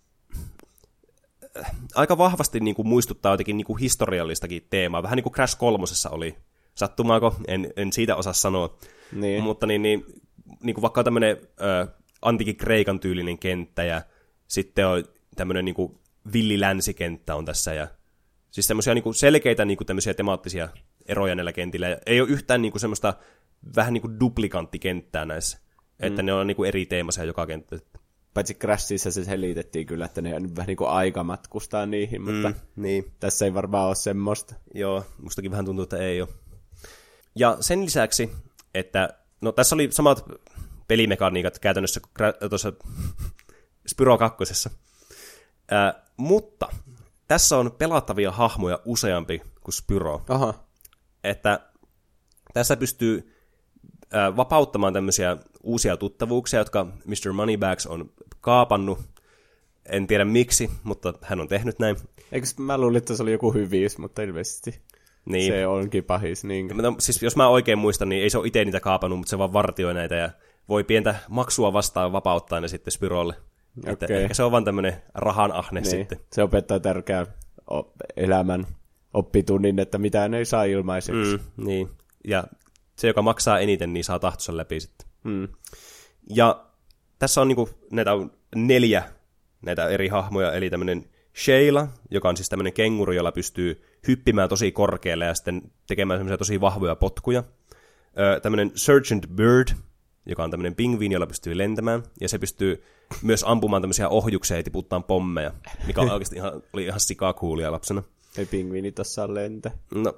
aika vahvasti niin kuin muistuttaa jotenkin niin kuin historiallistakin teemaa. Vähän niin kuin Crash kolmosessa oli. Sattumaako? En, en siitä osaa sanoa. Niin. Mutta niin, niin, niin kuin vaikka tämmöinen ö, antiikin Kreikan tyylinen kenttä ja sitten on tämmöinen niin kuin villilänsikenttä on tässä. Ja, siis semmoisia niin kuin selkeitä niin kuin tämmöisiä temaattisia eroja näillä kentillä. Ja ei ole yhtään niinku semmoista vähän niinku duplikanttikenttää näissä, mm. että ne on niinku eri teemaisia joka kenttä. Paitsi Crashissa se selitettiin kyllä, että ne on vähän niin kuin aika matkustaa niihin, mutta mm, niin. Tässä ei varmaan ole semmoista. Joo, mustakin vähän tuntuu, että ei ole. Ja sen lisäksi, että no tässä oli samat pelimekaniikat käytännössä tuossa Spyro kakkosessa, äh, mutta tässä on pelattavia hahmoja useampi kuin Spyro. Aha. Että tässä pystyy äh, vapauttamaan tämmöisiä uusia tuttavuuksia, jotka mister Moneybags on kaapannut. En tiedä miksi, mutta hän on tehnyt näin. Eikö mä luulin, että se oli joku hyviys, mutta ilmeisesti niin. Se onkin pahis. Niin. No, siis jos mä oikein muistan, niin ei se ole itse niitä kaapannut, mutta se vaan vartioi näitä ja voi pientä maksua vastaan vapauttaa ne sitten Spyrolle. Okay. Että ehkä se on vaan tämmöinen rahan ahne niin. Sitten. Se opettaa tärkeää elämän oppitunnin, että mitään ei saa ilmaiseksi. Mm, niin, ja se, joka maksaa eniten, niin saa tahtonsa läpi sitten. Mm. Ja tässä on niinku, näitä on neljä näitä eri hahmoja, eli tämmöinen Sheila, joka on siis tämmöinen kenguru, jolla pystyy hyppimään tosi korkealle ja sitten tekemään semmoisia tosi vahvoja potkuja. Öö, tämmöinen Sergeant Bird, joka on tämmöinen pingviini, jolla pystyy lentämään, ja se pystyy myös ampumaan tämmöisiä ohjuksia ja tiputtaa pommeja, mikä on oikeasti ihan, oli ihan sikakuulia lapsena. Ei pingviini tossa on lentä. No.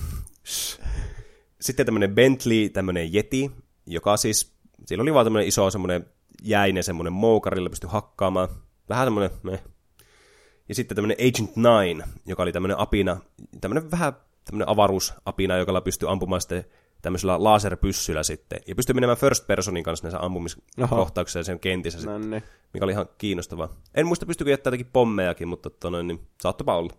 Sitten tämmöinen Bentley, tämmöinen Yeti, joka siis, siellä oli vaan tämmöinen iso semmoinen jäinen semmoinen moukarilla pystyi hakkaamaan. Vähän semmoinen, meh. Ja sitten tämmöinen Agent Nine, joka oli tämmöinen apina, tämmöinen vähän tämmöinen avaruusapina, joka pystyi ampumaan sitten tämmöisellä laserpyssyllä sitten. Ja pystyi menemään first personin kanssa näissä ampumiskohtauksissa ja sen kentissä sitten, Nonne. mikä oli ihan kiinnostavaa. En muista, pystyykö jättää jotakin pommejakin, mutta tonoin, niin saattopa olla.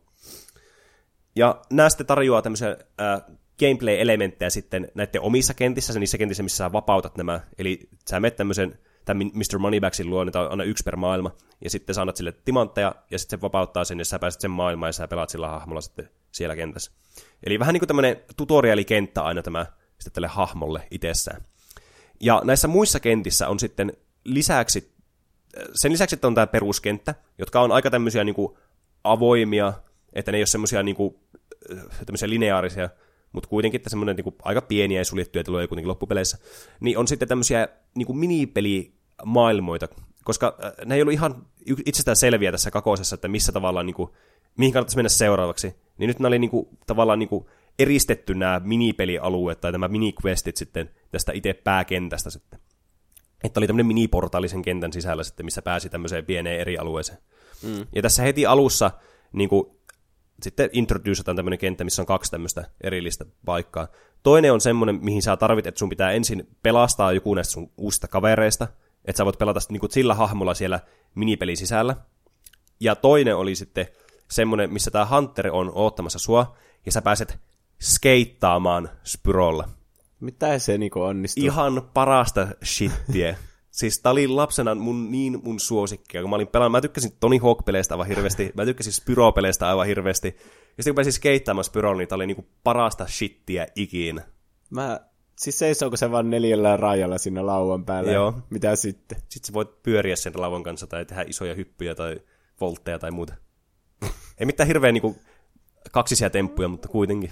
Ja nämä sitten tarjoaa tämmöisiä äh, gameplay-elementtejä sitten näiden omissa kentissä, niissä kentissä, missä sä vapautat nämä. Eli sä menet tämmöisen, tämän mister Moneybagsin luo, niitä on aina yksi per maailma, ja sitten sä annat sille timantteja, ja sitten se vapauttaa sen, ja sä pääset sen maailmaan, ja sä pelaat sillä hahmolla sitten siellä kentässä. Eli vähän niin kuin tämmöinen tutorialikenttä aina tämä sitten tälle hahmolle itsessään. Ja näissä muissa kentissä on sitten lisäksi, sen lisäksi että on tämä peruskenttä, jotka on aika tämmöisiä niin kuin avoimia, että ne ei ole semmoisia niin kuin, tämmöisiä lineaarisia, mutta kuitenkin että semmoinen niin kuin aika pieniä ja suljettuja tiloja kuitenkin loppupeleissä, niin on sitten tämmöisiä niin kuin minipelimaailmoita, koska ne ei ollut ihan itsestään selviä tässä kakosessa, että missä tavallaan, niin kuin, mihin kannattaisi mennä seuraavaksi. Niin nyt nämä oli niin kuin, tavallaan niin kuin eristetty nämä minipelialueet tai nämä miniquestit sitten tästä itse pääkentästä sitten. Että oli tämmöinen miniportaalisen kentän sisällä sitten, missä pääsi tämmöiseen pieneen eri alueeseen. Mm. Ja tässä heti alussa niin kuin, sitten introduceataan tämmöinen kenttä, missä on kaksi tämmöistä erillistä paikkaa. Toinen on semmoinen, mihin sä tarvit, että sun pitää ensin pelastaa joku näistä sun uusista kavereista, että sä voit pelata niin kuin sillä hahmolla siellä minipelin sisällä. Ja toinen oli sitten semmoinen, missä tää Hunter on oottamassa sua, ja sä pääset skeittaamaan Spyrolla. Mitä se niinku onnistuu? Ihan parasta shittiä. Siis tää oli lapsena mun, niin mun suosikkia, kun mä olin pelannut. Mä tykkäsin Tony Hawk-peleistä aivan hirveästi, mä tykkäsin Spyro-peleistä aivan hirveästi. Ja sitten kun pääsin skeittaamaan Spyrolla, niin tää oli niinku parasta shittiä ikinä. Mä, siis seisooko se vaan neljällä rajalla siinä lauan päällä? Joo. Mitä sitten? Sitten sä voit pyöriä sen lauan kanssa tai tehdä isoja hyppyjä tai voltteja tai muuta. Ei mitään hirveä niinku kaksisia temppuja, mutta kuitenkin.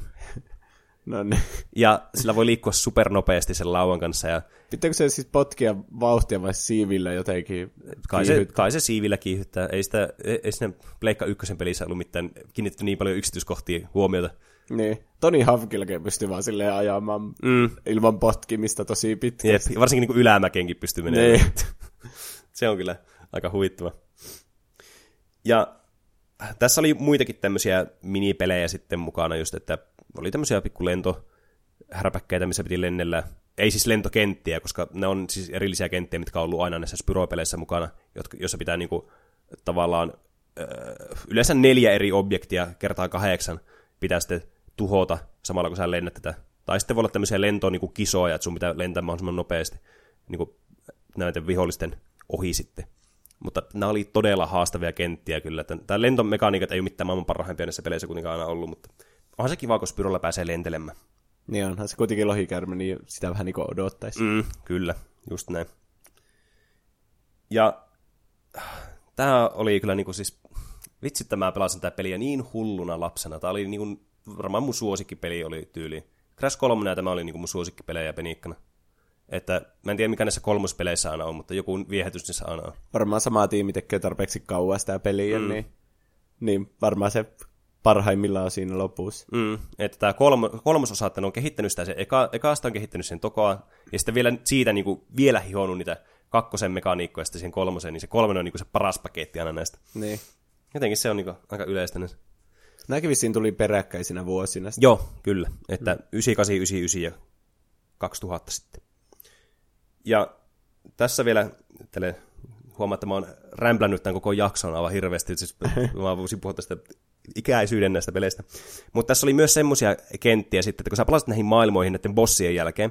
No niin. Ja sillä voi liikkua supernopeasti sen lauan kanssa. Ja pitääkö se siis potkia vauhtia vai siivillä jotenkin? Kai se, kai se siivillä kiihyttää. Ei, sitä, ei siinä Pleikka ykkösen pelissä ollut mitään kiinnitetty niin paljon yksityiskohtia huomiota. Niin. Tony Hawkillekin pystyy vaan silleen ajamaan mm. ilman potkimista tosi pitkästi. Jep, varsinkin niin kuin ylämäkeenkin pystyy menemään. Niin. Se on kyllä aika huvittava. Ja tässä oli muitakin tämmöisiä minipelejä sitten mukana, just että oli tämmöisiä pikku lentohärpäkkäitä, missä piti lennellä. Ei siis lentokenttiä, koska ne on siis erillisiä kenttiä, mitkä on ollut aina näissä Spyro-peleissä mukana, jossa pitää niinku tavallaan yleensä neljä eri objektia kertaa kahdeksan pitää sitten tuhota samalla, kun sä lennät tätä. Tai sitten voi olla tämmöisiä lentoon niinku kisoja, että sun pitää lentää mahdollisimman nopeasti niinku näiden vihollisten ohi sitten. Mutta nämä oli todella haastavia kenttiä kyllä. Tämä lentomekaniikat ei ole mitään maailman parhaimpia näissä peleissä kuitenkaan aina ollut, mutta onhan se kiva, kun Spyrolla pääsee lentelemään. Niin onhan se kuitenkin lohikärme, niin sitä vähän niin kuin odottaisi. Mm, kyllä, just näin. Ja tämä oli kyllä niin kuin siis, vitsi, että mä pelasin tätä peliä niin hulluna lapsena. Tämä oli niin kuin varmaan mun suosikkipeli oli tyyli. Crash kolme ja tämä oli niin kuin mun suosikkipelejä penikkana. Että mä en tiedä, mikä näissä kolmospeleissä aina on, mutta joku viehätys niissä aina on. Varmaan sama tiimi tekee tarpeeksi kauan sitä peliä, mm. niin, niin varmaan se parhaimmillaan on siinä lopussa. Mm. Että tämä kolmo, kolmososa, että ne on kehittänyt sitä, se eka, ekaasta on kehittänyt sen tokoa, ja sitten vielä siitä niin kuin, vielä hihonnut niitä kakkosen mekaniikkoja ja sitten siihen kolmoseen, niin se kolmonen on niin kuin se paras paketti aina näistä. Niin. Jotenkin se on niin kuin, aika yleistä. Nämäkin vissiin tuli peräkkäisinä vuosina. Joo, kyllä. Että mm. yhdeksänkymmentäkahdeksan, yhdeksänkymmentäyhdeksän ja kaksituhatta sitten. Ja tässä vielä, tälle, huomaa, että mä oon rämplännyt tämän koko jakson aivan hirveästi, siis mä voisin puhua tästä ikäisyyden näistä peleistä. Mutta tässä oli myös semmoisia kenttiä sitten, että kun sä palasit näihin maailmoihin näiden bossien jälkeen,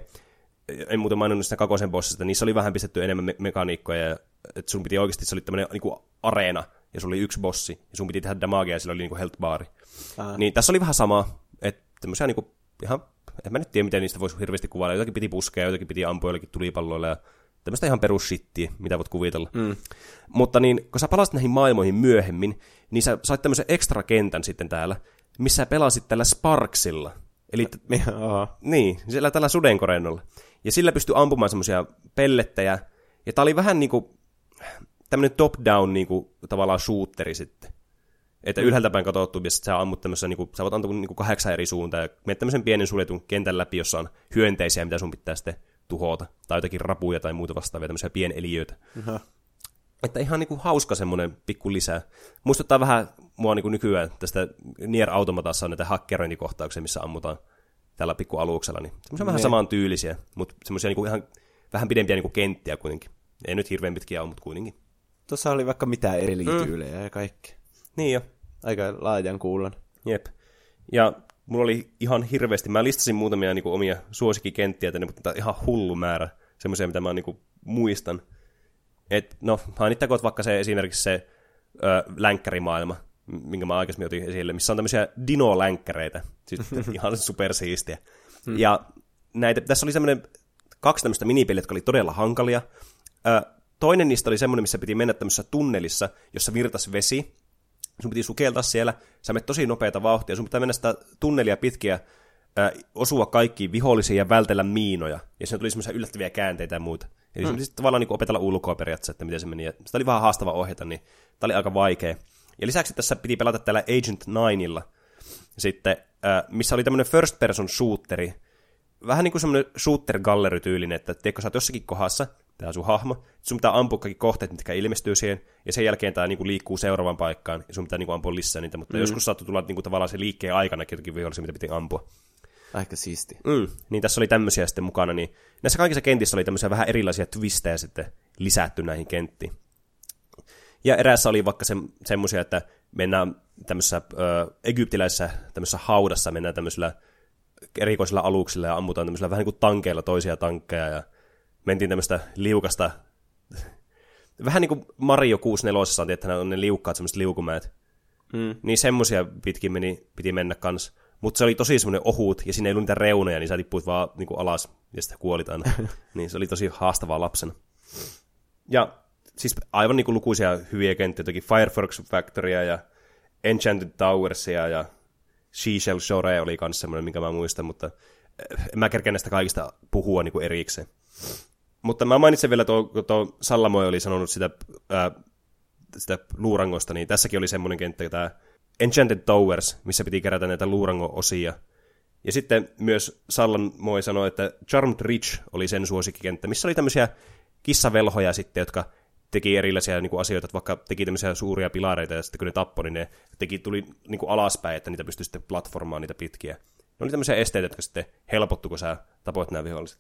en muuten maininnut sitä kakosen bossista, niissä oli vähän pistetty enemmän me- mekaniikkoja, ja että sun piti oikeasti, se oli tämmöinen niin kuin areena, ja sulla oli yksi bossi, ja sun piti tehdä damagea, ja sillä oli niin kuin health baari. Aha. Niin tässä oli vähän sama, että tämmöisiä niin kuin ihan, en mä nyt tiedä, miten niistä voisi hirveästi kuvailla, jotakin piti puskea, jotakin piti ampua jollakin tulipalloilla, ja tämmöistä ihan perusshittiä, mitä voit kuvitella. Mm. Mutta niin, kun sä palasit näihin maailmoihin myöhemmin, niin sä sait tämmöisen ekstra kentän sitten täällä, missä sä pelasit tällä Sparksilla. Eli t- niin, siellä tällä sudenkorennolla. Ja sillä pystyi ampumaan semmoisia pellettejä. Ja tää oli vähän niinku tämmönen top-down niinku tavallaan shooteri sitten. Että mm. ylhäältä päin katsottu, ja sit sä ammut tämmössä, niinku, sä voit antaa niinku kahdeksan eri suuntaan, ja menet tämmöisen pienen suljetun kentän läpi, jossa on hyönteisiä, mitä sun pitää sitten tuhota. Tai jotakin rapuja tai muuta vastaavia, tämmöisiä pieneliöitä. Uh-huh. Että ihan niinku hauska semmoinen pikku lisää. Muistuttaa vähän mua niinku nykyään tästä Nier Automatassa on näitä hakkerointikohtauksia, missä ammutaan tällä pikku aluksella. Niin semmoisia vähän samaan tyylisiä, mutta semmoisia niinku ihan vähän pidempiä niinku kenttiä kuitenkin. Ei nyt hirveän pitkiä ole, mutta kuitenkin. Tuossa oli vaikka mitään eri tyylejä mm. ja kaikkea. Niin jo. Aika laajan kuulan. Jep. Ja mulla oli ihan hirveästi, mä listasin muutamia niinku omia suosikkikenttiä tänne, mutta ihan hullu määrä semmoisia, mitä mä niinku muistan. Et, no, mainittakoot vaikka se esimerkiksi se ö, länkkärimaailma, minkä mä aikaisemmin otin esille, missä on tämmöisiä dino-länkkäreitä, siis ihan supersiistiä. Hmm. Ja näitä, tässä oli semmoinen kaksi tämmöistä minipeliä, jotka oli todella hankalia. Ö, toinen niistä oli semmoinen, missä piti mennä tämmöisessä tunnelissa, jossa virtasi vesi. Sun piti sukeltaa siellä, sä menet tosi nopeata vauhtia, sun pitää mennä sitä tunnelia pitkiä, ö, osua kaikkiin vihollisiin ja vältellä miinoja. Ja siinä tuli semmoisia yllättäviä käänteitä ja muuta. Eli mm. se tavallaan niin opetella ulkoa periaatteessa, että miten se meni. Ja sitä oli vähän haastava ohjata, niin tämä oli aika vaikea. Ja lisäksi tässä piti pelata täällä Agent Nineilla, sitten, äh, missä oli tämmöinen first person shooteri. Vähän niin kuin semmoinen shooter-gallery-tyylinen, että tiedätkö, sä oot jossakin kohdassa, tämä sun hahmo, sun pitää ampua kaikki kohteet, mitkä ilmestyy siihen, ja sen jälkeen tämä niinku liikkuu seuraavaan paikkaan, ja sun pitää niinku ampua lisää niitä, mutta mm. joskus saattoi tulla niinku tavallaan se liikkeen aikana jotakin vihollisia, mitä piti ampua. Aika siisti. Mm, niin tässä oli tämmöisiä sitten mukana, niin näissä kaikissa kentissä oli tämmöisiä vähän erilaisia twistejä sitten lisätty näihin kenttiin. Ja eräässä oli vaikka se, semmoisia, että mennään tämmöisessä ö, egyptiläisessä tämmöisessä haudassa, mennään tämmöisillä erikoisilla aluksilla ja ammutaan tämmöisillä vähän niin kuin tankeilla toisia tankkeja, ja mentiin tämmöistä liukasta, vähän niin kuin Mario kuusikymmentäneljä, että on ne liukkaat semmoiset liukumäät. Mm. Niin semmoisia pitkin meni, piti mennä kanssa. Mutta se oli tosi semmoinen ohut, ja siinä ei ollut niitä reunoja, niin sä tippuit vaan niin kuin alas, ja sitten kuolit aina. Niin se oli tosi haastavaa lapsena. Ja siis aivan niin kuin lukuisia hyviä kenttiä, jotakin Firefox Factorya ja Enchanted Towersia ja Seashell Shore oli myös semmoinen, minkä mä muistan, mutta en mä kerkeä näistä kaikista puhua niin kuin erikseen. Mutta mä mainitsen vielä, tuo, tuo Sallamoi oli sanonut sitä, ää, sitä luurangosta, niin tässäkin oli semmoinen kenttä, tämä Enchanted Towers, missä piti kerätä näitä luurango-osia. Ja sitten myös Sallamoi sanoi, että Charmed Ridge oli sen suosikkikenttä, missä oli tämmöisiä kissavelhoja sitten, jotka teki erilaisia niin kuin asioita, että vaikka teki tämmöisiä suuria pilareita, ja sitten kun ne tappoi, niin ne teki, tuli niin kuin alaspäin, että niitä pystyi sitten platformaan niitä pitkiä. Ne oli tämmöisiä esteitä, jotka sitten helpottu, kun sä tapoit nämä viholliset.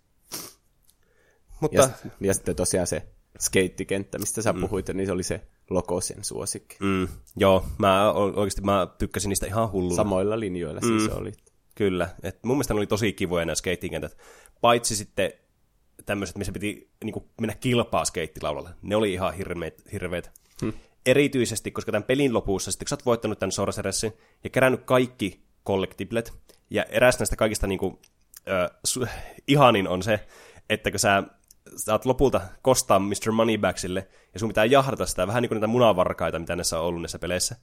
Mutta... Ja, ja sitten tosiaan se skeittikenttä, mistä sä mm. puhuit, niin se oli se Lokosen suosikki. Mm, joo, mä oikeasti mä tykkäsin niistä ihan hulluna. Samoilla linjoilla mm. siis oli. Kyllä, et mun mielestä ne oli tosi kivoja nämä skeittikentät. Paitsi sitten tämmöiset, missä piti niin kuin mennä kilpaa skeittilaulalle. Ne oli ihan hirveet. hirveet. Hmm. Erityisesti, koska tämän pelin lopussa, sitten kun sä oot voittanut tämän Sorceressin ja kerännyt kaikki collectiblet, ja eräs näistä kaikista niin kuin, äh, su- ihanin on se, että kun sä saat lopulta kostaa mister Moneybagsille, ja sun pitää jahdata sitä vähän niin kuin niitä munavarkaita, mitä näissä on ollut näissä peleissä.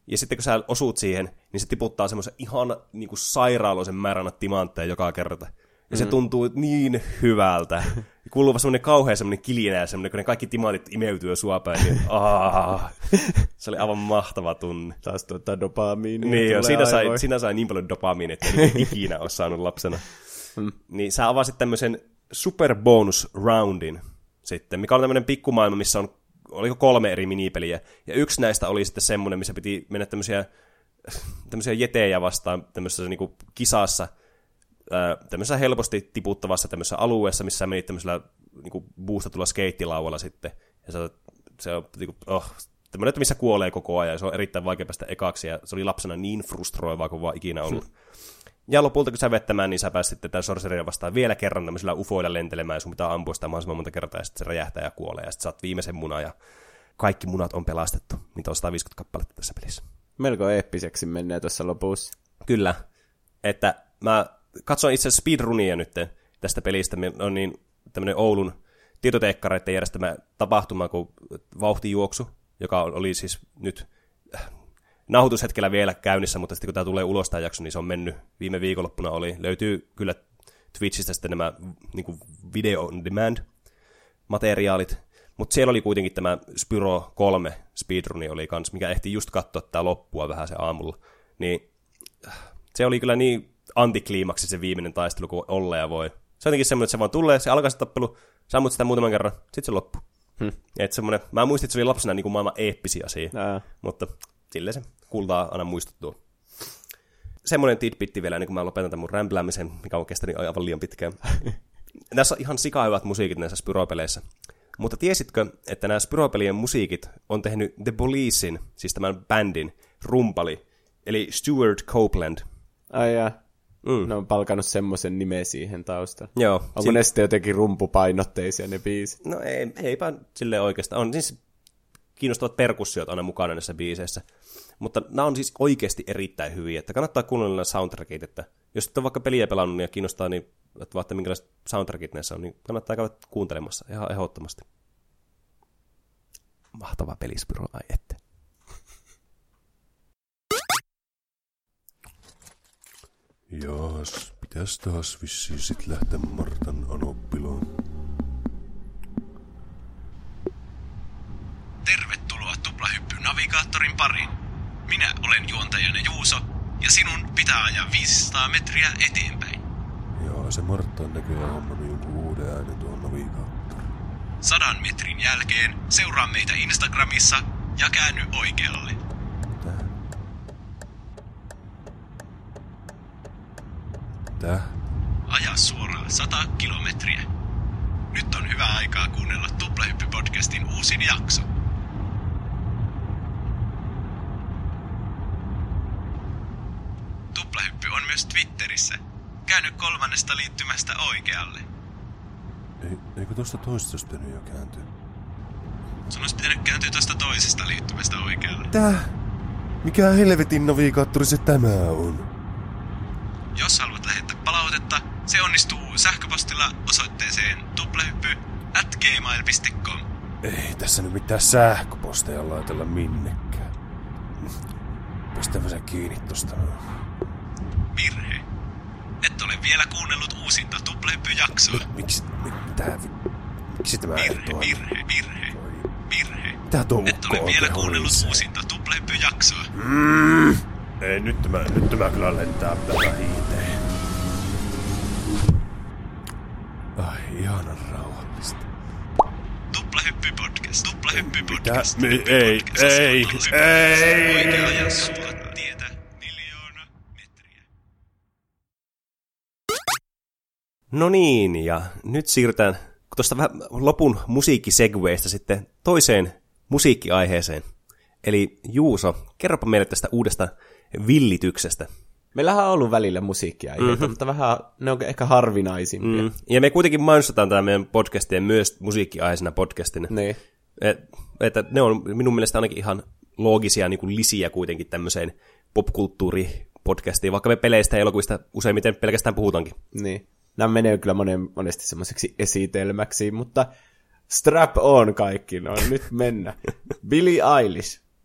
ja sitten kun sä osut siihen, niin se tiputtaa semmoisen ihan niin kuin sairaaloisen määränä timantteja joka kerta. Ja mm-hmm. se tuntuu niin hyvältä. Kuuluu vaan semmoinen kauhean semmoinen kilinä ja semmoinen, kun ne kaikki timantit imeytyy sua päin. Niin, aah, se oli aivan mahtava tunne. Taas tuota dopamiinia. Niin joo, siinä sai, siinä sai niin paljon dopamiinia, että ei ikinä ole saanut lapsena. Hmm. Niin sä avasit tämmöisen super bonus roundin sitten, mikä on tämmöinen pikkumaailma, missä on, oliko kolme eri minipeliä. Ja yksi näistä oli sitten semmoinen, missä piti mennä tämmöisiä, tämmöisiä jetejä vastaan tämmöisessä niin kuin kisassa, tämmöisessä helposti tiputtavassa tämmöisessä alueessa, missä menit tämmöisellä niin kuin boostatulla skeittilauvalla sitten. Ja se, se on niin kuin, oh, tämmöinen, että missä kuolee koko ajan, ja se on erittäin vaikea päästä ekaksi, ja se oli lapsena niin frustroivaa kuin vaan ikinä ollut. Hmm. Ja lopulta kun sä vettämään, niin sä pääsit sitten tämän sorceria vastaan vielä kerran tämmöisellä ufoilla lentelemään, ja sun pitää ampua sitä mahdollisimman monta kertaa, ja sitten se räjähtää ja kuolee, ja sitten saat viimeisen munan, ja kaikki munat on pelastettu. Niitä on sata viisikymmentä kappaletta tässä pelissä. Melko eeppiseksi menee tuossa lopussa. Kyllä. Että mä katsoin itse asiassa speedrunia nyt tästä pelistä. On niin tämmöinen Oulun tietoteekkareiden järjestämä tapahtuma kuin vauhtijuoksu, joka oli siis nyt nauhoitushetkellä vielä käynnissä, mutta sitten kun tämä tulee ulos tämä jakso, niin se on mennyt. Viime viikonloppuna oli. Löytyy kyllä Twitchistä sitten nämä niin kuin video on demand materiaalit. Mutta siellä oli kuitenkin tämä Spyro kolme speedruni oli kans, mikä ehti just katsoa tämä loppua vähän se aamulla. Niin se oli kyllä niin antikliimaksi se viimeinen taistelu, kun olla ja voi. Se on jotenkin semmoinen, että se vaan tulee, se alkaa se tappelu, sä ammut sitä muutaman kerran, sitten se loppuu. Hmm. Et semmoinen, mä muistin, että se oli lapsena niin kuin maailman eeppisiä asia, Ää. mutta silleen se kultaa aina muistuttua. Semmoinen tidbitti vielä, niin kun mä lopetan tämän mun rämpläämisen, mikä on kestänyt aivan liian pitkään. Tässä on ihan sikahyvät musiikit näissä Spyro-peleissä. Mutta tiesitkö, että nämä Spyro-pelien musiikit on tehnyt The Policein, siis tämän bändin, rumpali, eli Stuart Copeland. Ai jaa. Mm. Ne on palkannut semmoisen nimen siihen taustaan. Joo. Onko si- ne sitten jotenkin rumpupainotteisia ne biisit? No ei, eipä silleen oikeastaan. On siis kiinnostavat perkussiot aina mukana näissä biiseissä. Mutta nämä on siis oikeasti erittäin hyviä, että kannattaa kuunnella nämä soundtrackit, että jos et ole vaikka peliä pelannut niin ja kiinnostaa, niin että vaan, että minkälaiset soundtrackit näissä on, niin kannattaa käydä kuuntelemassa ihan ehdottomasti. Mahtava peli, Spyro, ai ette. Jaas, pitäis taas vissiin sit lähteä Martan anoppiloon. Tervetuloa Tuplahyppy-navigaattorin pariin. Minä olen juontajana Juuso, ja sinun pitää ajaa viisisataa metriä eteenpäin. Jaa, se Martta on näköjään hommannut jonkun uuden äänen tuohon navigaattoriin. Sadan metrin jälkeen seuraa meitä Instagramissa ja käänny oikealle. Tää? Tää? Aja suoraan sata kilometriä. Nyt on hyvä aikaa kuunnella Tuplahyppy-podcastin uusin jakso. Tuplahyppy on myös Twitterissä. Käänny kolmannesta liittymästä oikealle. Ei, eikö tosta toisesta pitänyt jo kääntyä? Sun olisi pitänyt kääntyä tosta toisesta liittymästä oikealle. Tää? Mikä helvetin navigaattori se tämä on? Jos haluat lähettää palautetta, se onnistuu sähköpostilla osoitteeseen tuplahyppy at gmail piste com. Ei tässä nyt mitään sähköposteja laitella minnekään. Pistävä sä kiinni tosta. Virhe. Et ole vielä kuunnellut uusinta Tuplahyppy-jaksoa. Miksi? Mitä? Miksi tämä virhe, ei toimi? Virhe, virhe, virhe. Mitä tuo Et ole vielä kuunnellut uusinta Tuplahyppy-jaksoa. Mm. Ei, nyt tämä, nyt tämä kyllä lentää tätä hiiteen. Ai, ihanan rauhallista. Tuplahyppy-podcast, Tuplahyppy-podcast. Mitä? Me, ei, ei, ei! Oikea ajas tietä miljoona metriä. No niin, ja nyt siirrytään tuosta vähän lopun musiikkisegweistä sitten toiseen musiikkiaiheeseen. Eli Juuso, kerropa meille tästä uudesta villityksestä. Meillähän on ollut välillä musiikkiaiheita, mm-hmm. mutta vähän, ne on ehkä harvinaisimpia. Mm. Ja me kuitenkin mainostetaan tämä meidän podcastia myös musiikkiaiheisena podcastina. Niin. Et, että ne on minun mielestä ainakin ihan loogisia niin kuin lisiä kuitenkin tämmöiseen popkulttuuripodcastiin, vaikka me peleistä ja elokuvista useimmiten pelkästään puhutaankin. Niin. Nämä menee kyllä monen, monesti semmoiseksi esitelmäksi, mutta strap on kaikki, no nyt mennä. Billie Eilish.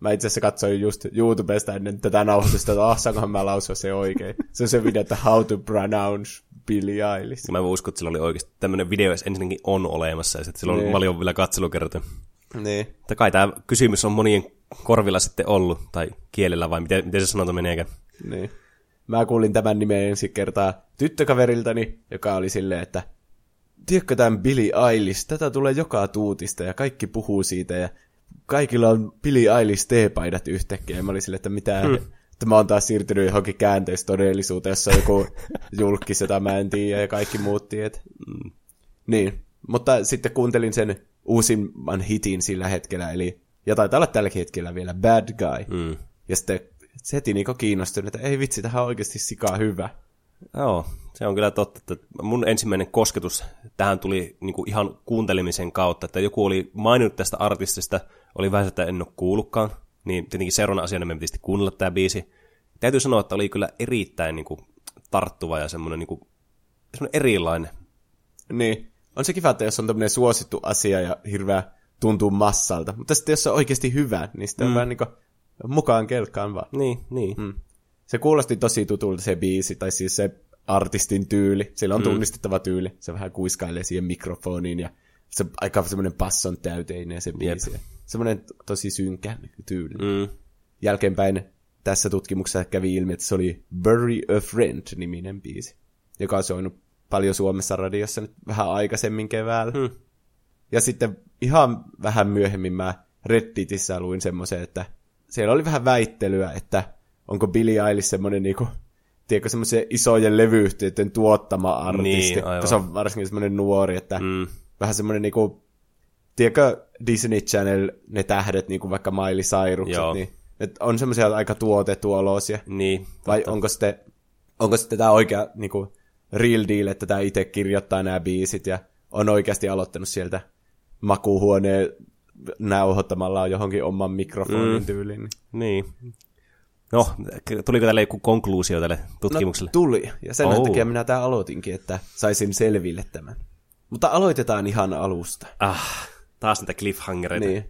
Mä itse asiassa katsoin just YouTubesta ennen tätä nauhoitusta, että oh, saankohan mä lausua se oikein. Se on se video, että how to pronounce Billie Eilish. Mä uskon, että sillä oli oikeasti tämmöinen video, jos ensinnäkin on olemassa, ja sitten sillä on niin. paljon vielä katselukertoja. Niin. Mutta kai tämä kysymys on monien korvilla sitten ollut, tai kielellä, vai miten, miten se sanonta meneekään? Niin. Mä kuulin tämän nimen ensi kertaa tyttökaveriltani, joka oli silleen, että tiedätkö tämän Billie Eilish, tätä tulee joka tuutista, ja kaikki puhuu siitä, ja kaikilla on Billie Eilish teepaidat yhtäkkiä, ja mä olin silleen, että mitä, hmm. että mä oon taas siirtynyt johonkin käänteistodellisuuteen, jossa on joku julkis, jota mä en tiedä, ja kaikki muut tiedät. Mm. Niin, mutta sitten kuuntelin sen uusimman hitin sillä hetkellä, eli, ja taitaa olla tälläkin hetkellä vielä, Bad Guy. Mm. Ja sitten se heti niin kiinnostunut, että ei vitsi, tähän on oikeasti sikaa hyvä. Joo, se on kyllä totta, että mun ensimmäinen kosketus tähän tuli niin kuin ihan kuuntelemisen kautta, että joku oli maininnut tästä artistista, oli vähän, että en ole kuullutkaan, niin tietenkin seuraavana asiana me piti kuunnella tämä biisi. Täytyy sanoa, että oli kyllä erittäin niin kuin tarttuva ja semmoinen, niin kuin, semmoinen erilainen. Niin, on se kiva, että jos on tämmöinen suosittu asia ja hirveä tuntuu massalta, mutta sitten jos se on oikeasti hyvä, niin sitten mm. on vähän niin kuin mukaan kelkkaan vaan. Niin, niin. Mm. Se kuulosti tosi tutulta se biisi, tai siis se artistin tyyli. Sillä on mm. tunnistettava tyyli. Se vähän kuiskailee siihen mikrofoniin, ja se aika semmoinen passon täyteinen se biisi. Yep. Semmoinen tosi synkä tyyli. Mm. Jälkeenpäin tässä tutkimuksessa kävi ilmi, että se oli Bury a Friend-niminen biisi, joka on soinut paljon Suomessa radiossa nyt vähän aikaisemmin keväällä. Mm. Ja sitten ihan vähän myöhemmin mä Redditissä luin semmoisen, että siellä oli vähän väittelyä, että onko Billie Eilish semmoinen niinku, tiedätkö, semmoisen isojen levyyhtiöiden tuottama artisti, niin, koska se on varsinkin semmoinen nuori, että mm. vähän semmoinen niinku, tiedätkö Disney Channel, ne tähdet, niinku vaikka Miley Cyrukset, niin että on semmoisia aika tuotetuoloisia. Niin, vai onko sitten, onko sitten tämä oikea niinku, real deal, että tämä itse kirjoittaa nämä biisit ja on oikeasti aloittanut sieltä makuuhuoneen nauhoittamalla johonkin oman mikrofonin mm. tyyliin. Niin. niin. No, tuliko tälle joku konkluusio tälle tutkimukselle? No, tuli, ja sen oh. takia minä tämän aloitinkin, että saisin selville tämän. Mutta aloitetaan ihan alusta. Ah, taas niitä cliffhangereita. Niin.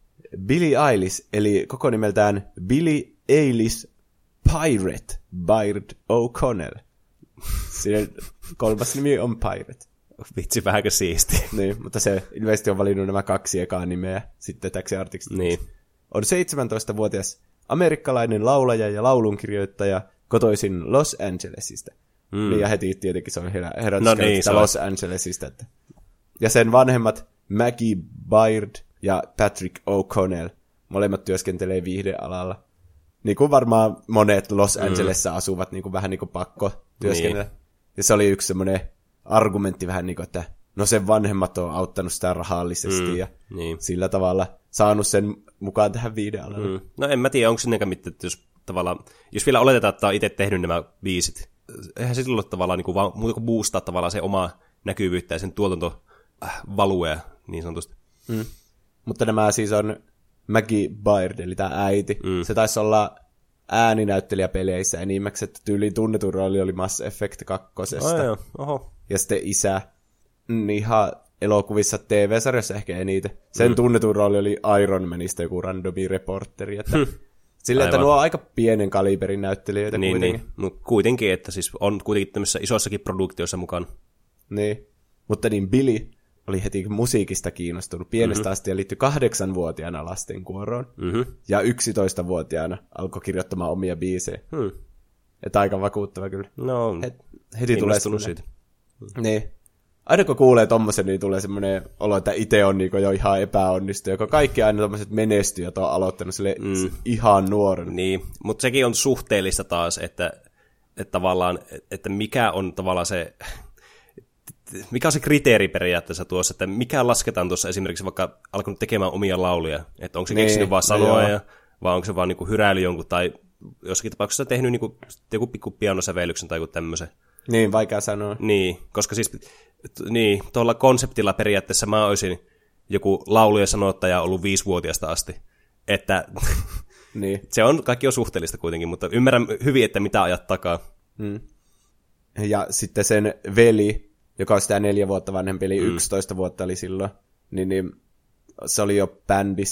Billie Eilish, eli koko nimeltään Billie Eilish Pirate Baird O'Connell. Siinä kolmas nimi on Pirate. Vitsi, vähänkö siisti. Niin, mutta se ilmeisesti on valinnut nämä kaksi ekaa nimeä sitten täksi artiksi. Niin. On seitsemäntoistavuotias amerikkalainen laulaja ja laulunkirjoittaja kotoisin Los Angelesista. Mm. Niin, ja heti tietenkin se on herätyskäyttä no niin, Los Angelesista. Että. Ja sen vanhemmat Maggie Baird ja Patrick O'Connell molemmat työskentelee viihdealalla. Niin kuin varmaan monet Los Angelesissa mm. asuvat niin kuin vähän niin kuin pakko työskennellä. Niin. Ja se oli yksi semmoinen argumentti vähän niin kuin, että no sen vanhemmat on auttanut sitä rahallisesti mm. ja niin. sillä tavalla saanut sen mukaan tähän viihdealalle. Mm. No en mä tiedä, onko sinnenkään mitään, että jos tavallaan, jos vielä oletetaan, että on itse tehnyt nämä biisit, eihän se silloin tavallaan niin kuin vaan muuta kuin boostaa tavallaan se oma näkyvyyttä ja sen tuotantovaluea niin sanotusti. Mm. Mutta nämä siis on Maggie Baird, eli tämä äiti. Mm. Se taisi olla ääninäyttelijäpeleissä enimmäkseen, että tyyliin tunnetun rooli oli Mass Effect kakkosesta. Oh, Oho. Ja sitten isä, mm, ihan elokuvissa T V-sarjassa ehkä eniten. Sen mm. tunnetun rooli oli Iron Manista joku randomi reporteri. Että silleen, että nuo on aika pienen kaliberin näyttelijöitä niin, kuitenkin. Niin. No, kuitenkin, että siis on kuitenkin tämmöisissä isossakin produktioissa mukana. Niin, mutta niin Billie oli heti musiikista kiinnostunut pienestä mm-hmm. asti ja liittyi kahdeksanvuotiaana lastenkuoroon. Mm-hmm. Ja yksitoistavuotiaana alkoi kirjoittamaan omia biisejä. Hmm. Että aika vakuuttava kyllä. No, Het, heti tulee siitä. Niin. Aina kun kuulee tommosen, niin tulee semmoinen olo, että itse on niin jo ihan epäonnistunut. Joka kaikki aina tommoset menestyjät on aloittanut sille mm. ihan nuoren. Niin, mutta sekin on suhteellista taas, että, että tavallaan, että mikä on tavallaan se... Mikä on se kriteeri periaatteessa tuossa, että mikä lasketaan tuossa esimerkiksi vaikka alkanut tekemään omia lauluja, että onko se niin, keksinyt vaan sanoja, vai onko se vaan niinku hyräily jonkun, tai jossakin tapauksessa tehnyt niinku, joku pikku pianosävellyksen tai joku tämmöisen. Niin, vaikea sanoa. Niin, koska siis niin, tuolla konseptilla periaatteessa mä olisin joku laulu- ja sanottaja ollut viisivuotiaasta asti, että niin. Se on, kaikki on suhteellista kuitenkin, mutta ymmärrän hyvin, että mitä ajat takaa. Hmm. Ja sitten sen veli, joka on sitä neljä vuotta vanhempi, eli mm. yksitoista vuotta oli silloin, niin, niin se oli jo bändissä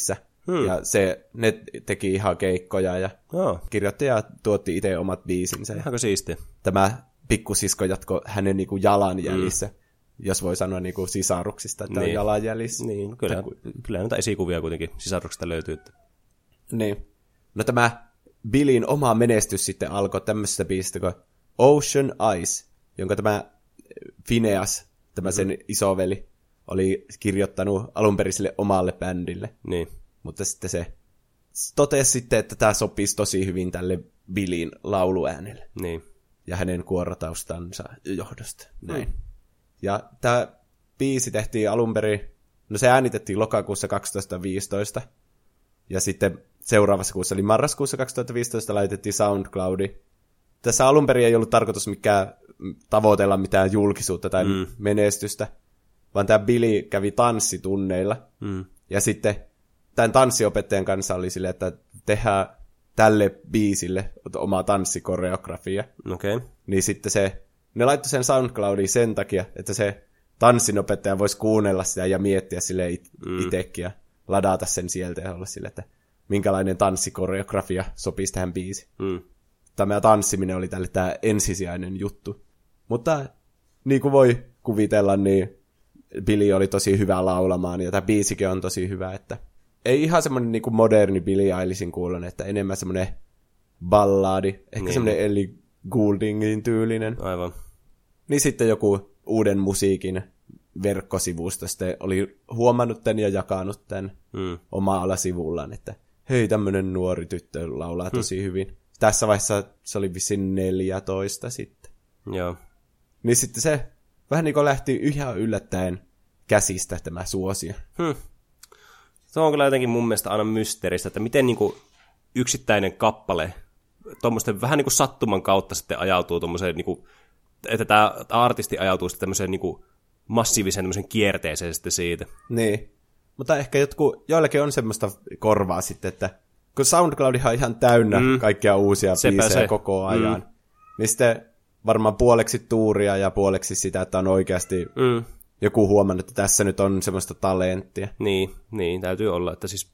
Hmm. Ja se, ne teki ihan keikkoja ja oh. kirjoitti ja tuotti itse omat biisinsä. Ihanko siistiä. Tämä pikkusisko jatko hänen niinku jalanjäljissä, hmm. jos voi sanoa niinku sisaruksista, että niin. on jalanjäljissä. Niin, kyllä, kyllä näitä esikuvia kuitenkin sisaruksista löytyy. Että... Niin. No tämä Billin oma menestys sitten alkoi tämmöisestä biisistä kuin Ocean Eyes, jonka tämä Phineas, tämä sen mm-hmm. isoveli, oli kirjoittanut alun perin sille omalle bändille. Niin. Mutta sitten se totesi sitten, että tämä sopisi tosi hyvin tälle Billin lauluäänelle. Niin. Ja hänen kuorotaustansa johdosta. Näin. Mm. Ja tämä biisi tehtiin alun perin, no se äänitettiin lokakuussa kaksituhattaviisitoista. Ja sitten seuraavassa kuussa, eli marraskuussa kaksituhattaviisitoista, laitettiin SoundCloudi. Tässä alun perin ei ollut tarkoitus mikään tavoitella mitään julkisuutta tai mm. menestystä, vaan tämä Billy kävi tanssitunneilla. Mm. Ja sitten tämän tanssiopettajan kanssa oli silleen, että tehdään tälle biisille oma tanssikoreografia. Okay. Niin sitten se, ne laittoi sen SoundCloudiin sen takia, että se tanssinopettaja voisi kuunnella sitä ja miettiä sille it- mm. itsekin ja ladata sen sieltä ja olla sille, että minkälainen tanssikoreografia sopisi tähän biisiin. Mm. Tämä tanssiminen oli tälle tämä ensisijainen juttu. Mutta niin kuin voi kuvitella, niin Billy oli tosi hyvä laulamaan ja tämä biisikin on tosi hyvä, että ei ihan semmoinen niin kuin moderni Billie Eilishin kuulonen, että enemmän semmoinen balladi, ehkä niin. semmoinen Ellie Gouldingin tyylinen. Aivan. Niin sitten joku uuden musiikin verkkosivusto sitten oli huomannut tämän ja jakanut tämän mm. omalla sivullaan, että hei, tämmöinen nuori tyttö laulaa tosi hmm. hyvin. Tässä vaiheessa se oli vissiin neljätoista sitten. Joo. Niin sitten se vähän niin kuin lähti ihan yllättäen käsistä tämä suosio. Hmm. Se on kyllä jotenkin mun mielestä aina mysteeristä, että miten niin kuin yksittäinen kappale tuommoisten vähän niin kuin sattuman kautta sitten ajautuu tuommoiseen, niin kuin, että tämä artisti ajautuu sitten tämmöiseen niin kuin massiiviseen tämmöiseen kierteeseen sitten siitä. Niin. Mutta ehkä jotkut, joillakin on semmoista korvaa sitten, että kun SoundCloudihan on ihan täynnä mm. kaikkia uusia Sepä biisejä se. koko ajan, mm. niin sitten varmaan puoleksi tuuria ja puoleksi sitä, että on oikeasti mm. joku huomannut, että tässä nyt on semmoista talenttia. Niin, niin täytyy olla. Että siis,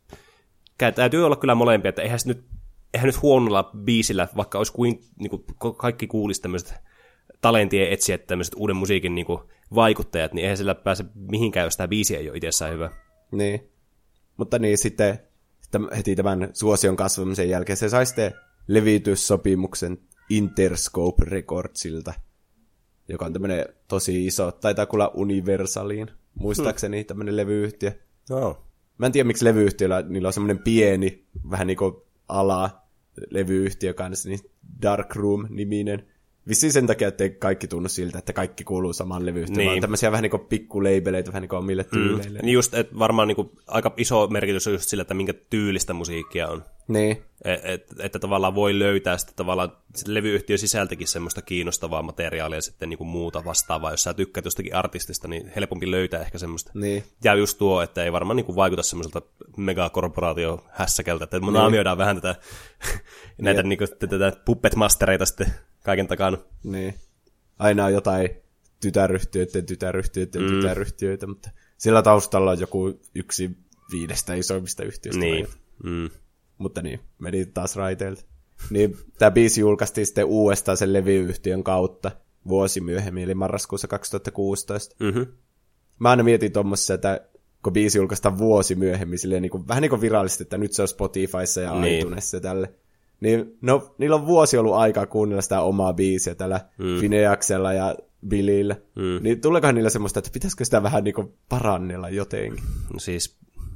täytyy olla kyllä molempia, että eihän nyt, eihän nyt huonolla biisillä, vaikka olisi kuin, niin kuin kaikki kuulisi tämmöiset talentien etsijät, tämmöiset uuden musiikin niin kuin vaikuttajat, niin eihän sillä pääse mihinkään, jos tämä biisi ei ole itsessään hyvä. Niin, mutta niin sitten heti tämän suosion kasvamisen jälkeen se sai sitten levityssopimuksen Interscope Recordsilta, joka on tämmöinen tosi iso, taitaa kuulla Universaliin, muistaakseni hmm. tämmöinen levyyhtiö. Oh. Mä en tiedä, miksi levyyhtiöllä, niillä on semmoinen pieni, vähän niin kuin ala levyyhtiö kanssa, niin Dark Room-niminen. Vissiin sen takia, ettei kaikki tunnu siltä, että kaikki kuuluu samaan levyyhtiöön, niin. vaan tämmöisiä vähän niin kuin pikkuleibeleitä, vähän niin kuin omille tyyleille. Mm. Niin just, että varmaan niin kuin aika iso merkitys on just sillä, että minkä tyylistä musiikkia on. Niin. Et, et, että tavallaan voi löytää sitten tavallaan levyyhtiön sisältäkin semmoista kiinnostavaa materiaalia sitten niin kuin muuta vastaavaa. Jos sä tykkäät jostakin artistista, niin helpompi löytää ehkä semmoista. Niin. Ja just tuo, että ei varmaan niin kuin vaikuta semmoiselta megakorporaatio-hässäkältä, että me naamioidaan vähän tätä, näitä niin kuin, tätä puppet-mastereita sitten kaiken takana. Niin. Aina on jotain tytäryhtiöiden, tytäryhtiöiden, mm. tytäryhtiöitä, mutta sillä taustalla on joku yksi viidestä isoimmista yhtiöistä. Niin. Mm. Mutta niin, meni taas raiteilta. Niin, tämä biisi julkaistiin sitten uudestaan sen levyyhtiön kautta vuosi myöhemmin, eli marraskuussa kaksituhattakuusitoista. Mm-hmm. Mä aina mietin tuommoissa, että kun biisi julkaistaan vuosi myöhemmin, silleen niin kuin, vähän niin kuin virallisesti, että nyt se on Spotifyssa ja niin. iTunesissa ja tälle. Niin, no, niillä on vuosi ollut aikaa kuunnella sitä omaa biisiä tällä mm. Phineaksella ja Billyllä. Mm. Niin tuleekohan niillä semmoista, että pitäisikö sitä vähän niin kuin parannella jotenkin? No siis,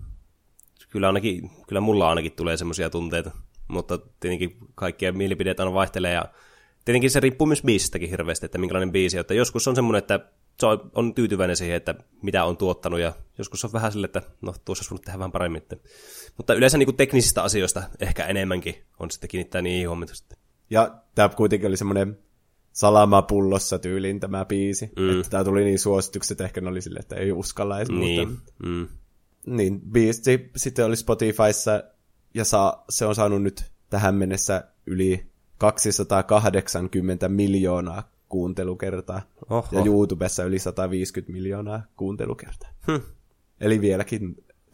kyllä, ainakin, kyllä mulla ainakin tulee semmoisia tunteita, mutta tietenkin kaikkia mielipideet aina vaihtelee ja tietenkin se riippuu myös biisistäkin hirveästi, että minkälainen biisi on. Että joskus on semmoinen, että se on tyytyväinen siihen, että mitä on tuottanut ja joskus on vähän sille, että no tuossa olisi voinut tehdä vähän paremmin. Mutta yleensä niin kuin teknisistä asioista ehkä enemmänkin on sitten kiinnittää niihin huomiota. Ja tämä kuitenkin oli semmoinen salamapullossa tyyliin tämä biisi, mm. että tämä tuli niin suositukset, ehkä ne oli silleen, että ei uskalla edes niin. muuta. Mm. Niin, biisi sitten oli Spotifyssa ja saa, se on saanut nyt tähän mennessä yli kaksisataakahdeksankymmentä miljoonaa kuuntelukertaa. Oho. Ja YouTubessa yli sata viisikymmentä miljoonaa kuuntelukertaa. Hm. Eli vieläkin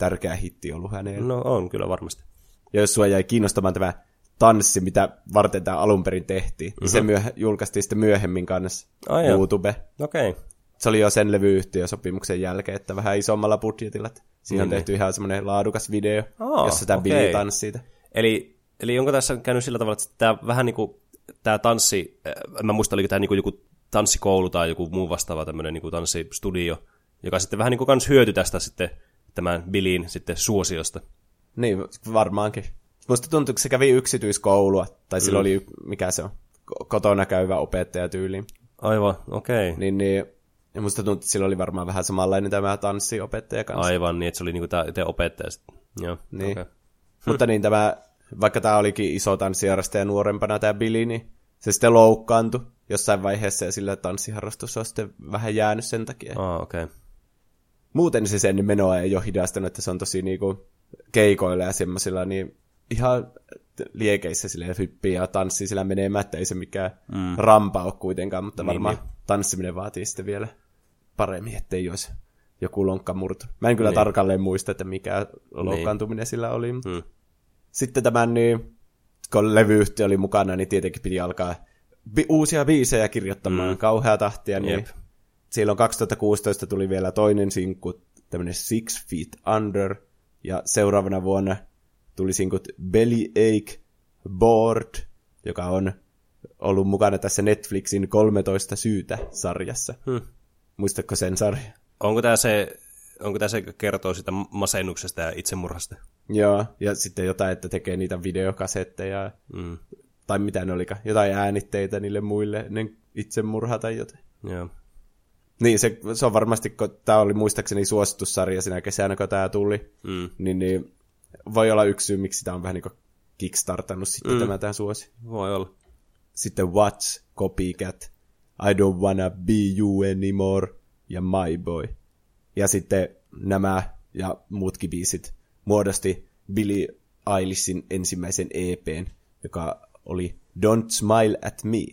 tärkeä hitti ollut hänelle. No on kyllä varmasti. Ja jos sua jäi kiinnostamaan tämä tanssi, mitä varten tämä alun perin tehtiin, mm-hmm. niin se myöh- julkaistiin sitten myöhemmin kanssa Ai YouTube. Okei. Okay. Se oli jo sen levyyhtiösopimuksen jälkeen, että vähän isommalla budjetilla. Siihen niin. on tehty ihan semmoinen laadukas video, Aa, jossa tämä okay. Billy tanssii. Eli, eli onko tässä käynyt sillä tavalla, että tämä vähän niin kuin tämä tanssi, en mä muista, oliko tämä niin kuin joku tanssikoulu tai joku muu vastaava tämmöinen niin kuin tanssistudio, joka sitten vähän niin kuin kans hyötyi tästä sitten tämän Billyin sitten suosiosta. Niin, varmaankin. Musta tuntuu, että se kävi yksityiskoulua, tai mm. sillä oli, mikä se on, kotona käyvä opettaja tyyliin. Aivan, okei. Okay. Niin, niin, ja musta tuntuu, että sillä oli varmaan vähän samanlainen tämä tanssiopettaja kanssa. Aivan, niin että se oli niinku tämä itse opettaja sitten. Joo, niin. Okay. Mutta niin tämä, vaikka tämä olikin iso tanssiharrastaja nuorempana tämä Billy, niin se sitten loukkaantui jossain vaiheessa, ja sillä tanssiharrastus on sitten vähän jäänyt sen takia. Ah, okei. Okay. Muuten se sen menoa ei ole hidastanut, että se on tosi niinku keikoilla ja semmoisilla niin ihan liekeissä silleen hyppii ja tanssii sillä menemättä, ei se mikään mm. rampa ole kuitenkaan, mutta varmaan niin, niin. tanssiminen vaatii sitten vielä paremmin, ettei olisi joku lonkka murtu. Mä en kyllä niin. tarkalleen muista, että mikä loukkaantuminen niin. sillä oli. Mm. Sitten tämän, niin, kun levyyhtiö oli mukana, niin tietenkin piti alkaa bi- uusia biisejä kirjoittamaan mm. kauhea tahtia, niin Jep. silloin kaksituhattakuusitoista tuli vielä toinen sinkku, tämmöinen Six Feet Under, ja seuraavana vuonna tuli sinkut Bellyache, Bored, joka on ollut mukana tässä Netflixin kolmetoista syytä-sarjassa. Hmm. Muistatko sen sarja? Onko tämä se, onko tämä se, joka kertoo sitä masennuksesta ja itsemurhasta? Joo, ja sitten jotain, että tekee niitä videokasetteja, hmm. tai mitä ne olikaan, jotain äänitteitä niille muille ennen itsemurhaa tai jotain. Joo. Niin, se, se on varmasti, kun tämä oli muistaakseni suositussarja sinä kesänä, kun tämä tuli, mm. niin, niin voi olla yksi syy, miksi sitä on vähän niin kuin kickstartannut sitten mm. tämä tämä suosi. Voi olla. Sitten Watch, Copycat, I Don't Wanna Be You Anymore ja My Boy. Ja sitten nämä ja muutkin biisit muodosti Billie Eilishin ensimmäisen E P:n, joka oli Don't Smile at Me,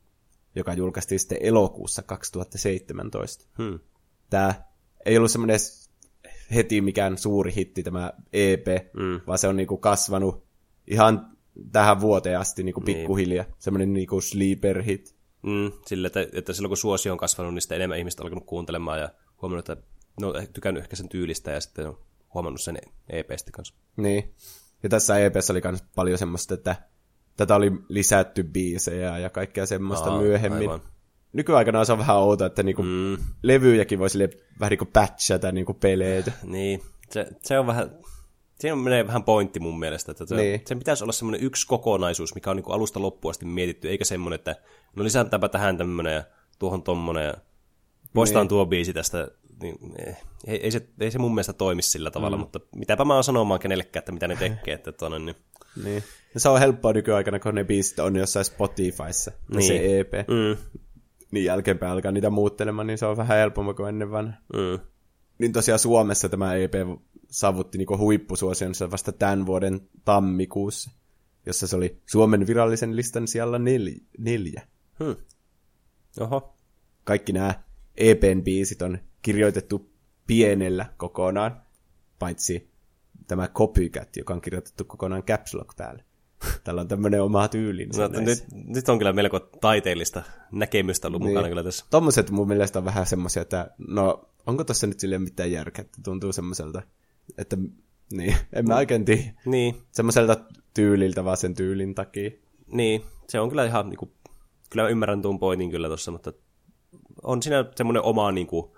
joka julkaistiin sitten elokuussa kaksituhattaseitsemäntoista. Hmm. Tämä ei ollut semmoinen heti mikään suuri hitti tämä E P, hmm. vaan se on niinku kasvanut ihan tähän vuoteen asti niinku pikkuhiljaa. Niin. Semmoinen niinku sleeper hit. Mm, sillä, että, että silloin kun suosio on kasvanut, niin sitten enemmän ihmistä on alkanut kuuntelemaan ja huomannut, että ne on tykännyt ehkä sen tyylistä ja sitten on huomannut sen E P:stä kanssa. Niin. Ja tässä E P:ssä oli myös paljon semmoista, että tätä oli lisätty biisejä ja kaikkea semmoista Aa, myöhemmin. Aivan. Nykyaikana se on vähän outo, että niinku mm. levyjäkin voi sille vähän niinku patchata niinku peleitä. Niin, se, se on vähän, siinä menee vähän pointti mun mielestä, että niin. Sen pitäisi olla semmoinen yksi kokonaisuus, mikä on niinku alusta loppuun asti mietitty, eikä semmoinen, että no lisätäänpä tähän tämmöinen ja tuohon tommonen ja poistaan niin. tuo biisi tästä. Niin, ei, ei, se, ei se mun mielestä toimi sillä tavalla, mm. mutta mitäpä mä oon sanomaan kenellekään, että mitä ne tekee. Että tuonne, niin. Niin. Ja se on helppoa nykyaikana, kun ne biisit on jossain Spotifyssa, niin. se E P. Mm. Niin jälkeenpäin alkaa niitä muuttelemaan, niin se on vähän helpommin kuin ennen vanha. Mm. Niin tosiaan Suomessa tämä E P saavutti niinku huippusuosionsa vasta tämän vuoden tammikuussa, jossa se oli Suomen virallisen listan sijalla nel- neljä. Hmm. Oho. Kaikki nämä E P:n biisit on kirjoitettu pienellä kokonaan, paitsi tämä Copycat, joka on kirjoitettu kokonaan caps lock päälle. Tällä on tämmöinen oma tyylinsä. No, nyt, nyt on kyllä melko taiteellista näkemystä ollut niin. mukana kyllä tässä. Tommoset mun mielestä on vähän semmoisia, että no, onko tässä nyt silleen mitään järkeä, että tuntuu semmoiselta, että niin, en mä oikein tiedä. Niin. Semmoiselta tyyliltä vaan sen tyylin takia. Niin, se on kyllä ihan, niin kuin, kyllä ymmärrän tuon pointin kyllä tuossa, mutta on siinä semmoinen oma niin kuin,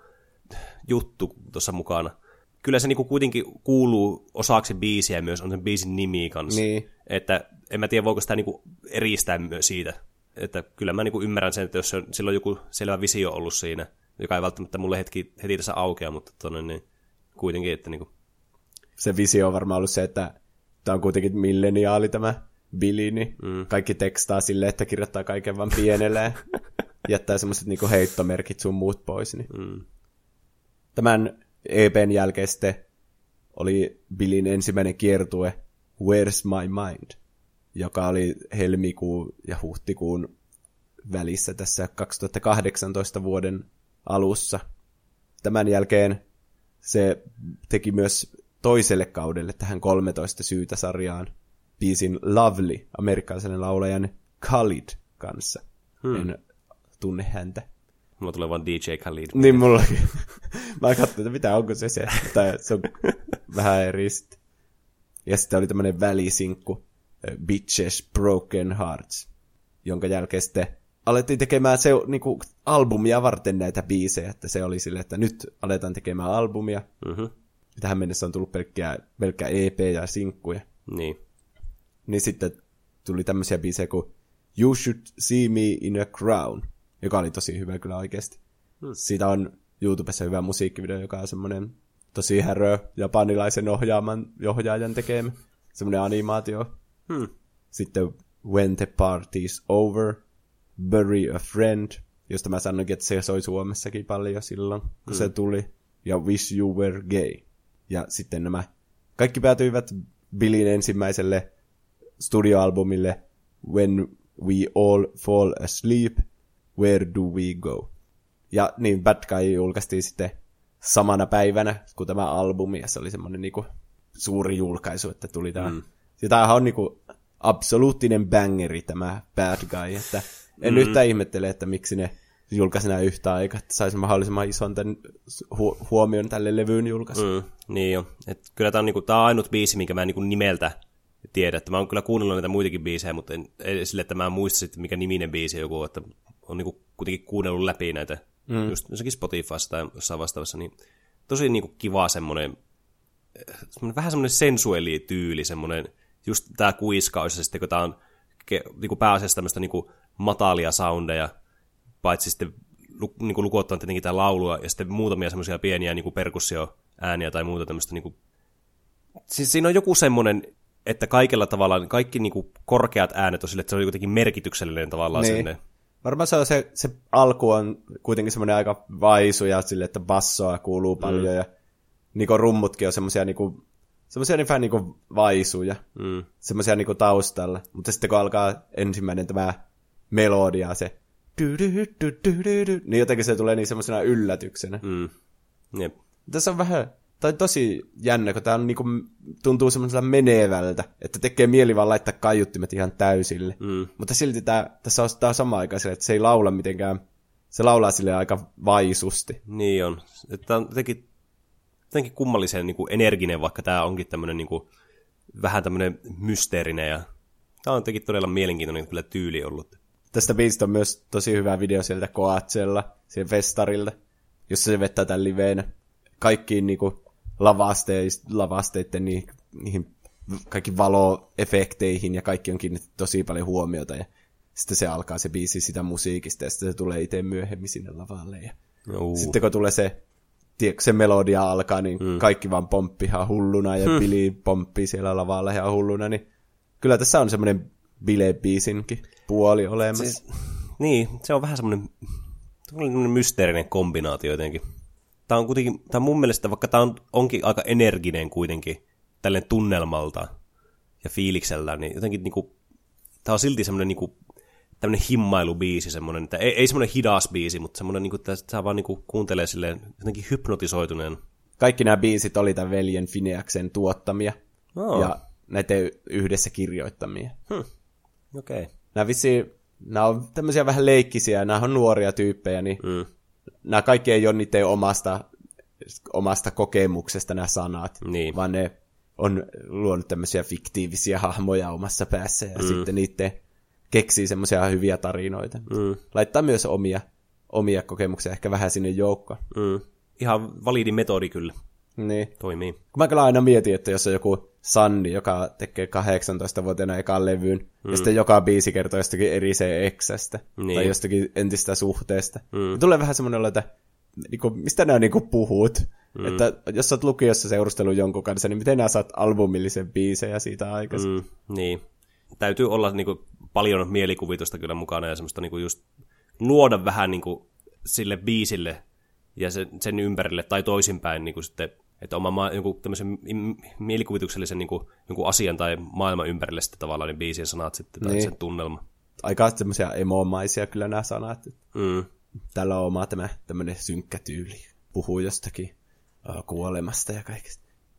juttu tuossa mukana. Kyllä se niinku kuitenkin kuuluu osaksi biisiä myös, on sen biisin nimi kanssa. Niin. Että en mä tiedä, voiko sitä niinku eristää myös siitä. Että kyllä mä niinku ymmärrän sen, että jos se on, sillä on joku selvä visio ollut siinä, joka ei välttämättä mulle hetki, heti tässä aukea, mutta tonne, niin kuitenkin, että niinku. Se visio on varmaan ollut se, että tämä on kuitenkin milleniaali tämä Billy, niin mm. kaikki tekstaa silleen, että kirjoittaa kaiken vaan pienellä ja jättää semmoiset niinku heittomerkit sun muut pois. Niin. Mm. Tämän E P:n jälkeen sitten oli Billyn ensimmäinen kiertue Where's My Mind, joka oli helmikuun ja huhtikuun välissä tässä kaksituhattakahdeksantoista vuoden alussa. Tämän jälkeen se teki myös toiselle kaudelle tähän kolmetoista syytä-sarjaan biisin Lovely amerikkalaisen laulajan Khalid kanssa. Hmm. En tunne häntä. Mulla tulee vaan D J Khalid. Niin mullakin. Mä katsoin, että mitä onko se se. Tai se on vähän eri sitten. Ja sitten oli tämmönen välisinkku, Bitches Broken Hearts, jonka jälkeen sitten alettiin tekemään se, niinku, albumia varten näitä biisejä, että se oli silleen, että nyt aletaan tekemään albumia. Mm-hmm. Tähän mennessä on tullut pelkkää, pelkkää E P ja sinkkuja. Niin. Niin sitten tuli tämmöisiä biisejä kuin You Should See Me in a Crown, joka oli tosi hyvä kyllä oikeasti. Hmm. Siitä on YouTubessa hyvä musiikkivideo, joka on semmoinen tosi härö japanilaisen ohjaaman, ohjaajan tekemä. Semmoinen animaatio. Hmm. Sitten When the Party's Over, Bury a Friend, josta mä sanoinkin, että se soi Suomessakin paljon silloin, kun hmm. se tuli. Ja Wish You Were Gay. Ja sitten nämä kaikki päätyivät Billin ensimmäiselle studioalbumille When We All Fall Asleep, Where Do We Go? Ja niin Bad Guy julkaistiin sitten samana päivänä kuin tämä albumi, ja se oli semmoinen niinku suuri julkaisu, että tuli tämä. Mm. Ja tämähän on niinku absoluuttinen bangeri tämä Bad Guy, että en mm. yhtään ihmettele, että miksi ne julkaisi nämä yhtä aikaa, että saisi mahdollisimman ison tämän hu- huomion tälle levyyn julkaisu. Mm, niin jo. Et kyllä tämä on, niinku, tämä on ainut biisi, minkä mä en niinku nimeltä tiedä. Että mä oon kyllä kuunnellut näitä muitakin biisejä, mutta en, ei sille, että mä en muista sitten, mikä niminen biisi joku, että on niinku kuitenkin kuunnellut läpi näitä, mm. just jossakin Spotifyssa tai jossain vastaavassa, niin tosi niinku kiva semmoinen, semmoinen vähän semmoinen sensuelli tyyli, semmoinen, just tää kuiskaus, ja sitten kun tää on niinku pääasiassa tämmöistä niinku matalia soundeja, paitsi sitten niin kuin lukuottaen tietenkin tämä laulua, ja sitten muutamia semmoisia pieniä niin kuin perkussioääniä tai muuta tämmöistä. Niin kuin... Siis siinä on joku semmoinen, että kaikella tavalla, kaikki niin kuin korkeat äänet on sille, että se on jotenkin merkityksellinen tavallaan niin. Sinne. Varmaan se, on se, se alku on kuitenkin semmoinen aika vaisu, ja sille, että bassoa kuuluu paljon, mm. ja niin kuin rummutkin on semmoisia niin kuin, semmoisia niin vähän niin kuin vaisuja, mm. semmoisia niin kuin taustalla. Mutta sitten kun alkaa ensimmäinen tämä melodia, se Du, du, du, du, du, du. Niin jotenkin se tulee niin semmoisena yllätyksenä. Mm. Jep. Tässä on vähän, tai tosi jännä, kun tää on niinku, tuntuu semmoisella menevältä, että tekee mieli vaan laittaa kaiuttimet ihan täysille. Mm. Mutta silti tää, tässä on tää sama aika sille, että se ei laula mitenkään, se laulaa sille aika vaisusti. Niin on. Että on jotenkin, jotenkin kummallisen niin kuin energinen, vaikka tää onkin tämmönen niin kuin, vähän tämmönen mysteerinen, ja tää on jotenkin todella mielenkiintoinen kyllä tyyli ollut. Tästä biisistä on myös tosi hyvä video sieltä Coachella, siihen festarilta, jossa se vettää tämän liveenä. Kaikkiin niinku lavasteiden niihin, niihin kaikki valoefekteihin ja kaikki on kiinnitetty tosi paljon huomiota. Ja sitten se alkaa se biisi sitä musiikista ja sitten se tulee itse myöhemmin sinne lavalle. Ja uh. sitten kun tulee se, tiedätkö, se melodia alkaa, niin mm. kaikki vaan pomppii ihan hulluna ja hmm. Billy pomppii siellä lavalla ihan hulluna. Niin kyllä tässä on semmoinen bilebiisinkin puoli olemassa. Siis, niin, se on vähän semmoinen, semmoinen mysteerinen kombinaatio jotenkin. Tämä on kuitenkin, tämä on mun mielestä, vaikka tämä on, onkin aika energinen kuitenkin, tälleen tunnelmalta ja fiiliksellä, niin jotenkin niinku, tämä on silti semmoinen niinku, tämmöinen himmailubiisi, semmoinen, että ei, ei semmoinen hidas biisi, mutta semmoinen, niinku, että saa vaan niinku, kuuntelee silleen jotenkin hypnotisoituneen. Kaikki nämä biisit oli tämän veljen Phineaksen tuottamia oh. ja näiden yhdessä kirjoittamia. Hmm. Okei. Okay. Nämä vissiin, nämä on tämmöisiä vähän leikkisiä, nämä on nuoria tyyppejä, niin mm. nämä kaikki ei ole niiden omasta, omasta kokemuksesta nämä sanat, niin. vaan ne on luonut tämmöisiä fiktiivisiä hahmoja omassa päässä, ja mm. sitten niiden keksii semmoisia hyviä tarinoita. Mm. Laittaa myös omia, omia kokemuksia ehkä vähän sinne joukkoon. Mm. Ihan validi metodi kyllä. Niin. Toimii. Kun mä kyllä aina mietin, että jos on joku Sanni, joka tekee kahdeksantoistavuotiaana ekan levyyn, mm. ja sitten joka biisi kertoo jostakin eri se eksästä, niin. tai jostakin entistä suhteesta. Mm. Tulee vähän semmoinen, että niinku, mistä nämä niinku puhut? Mm. Että jos sä oot lukiossa seurustellut jonkun kanssa, niin miten nää saat albumillisen biisejä siitä aikaisin? Mm. Niin. Täytyy olla niinku, paljon mielikuvitusta kyllä mukana, ja semmoista niinku, just luoda vähän niinku, sille biisille ja sen, sen ympärille, tai toisinpäin niinku, sitten että oma ma- joku tämmöisen mielikuvituksellisen niin kuin, jonkun asian tai maailman ympärille sitten tavallaan niin biisien sanat sitten, tai niin. Sen tunnelma. Aika semmoisia emomaisia kyllä nämä sanat. Mm. Täällä on oma tämä tämmöinen synkkä tyyli. Puhuu jostakin uh, kuolemasta ja kaikesta.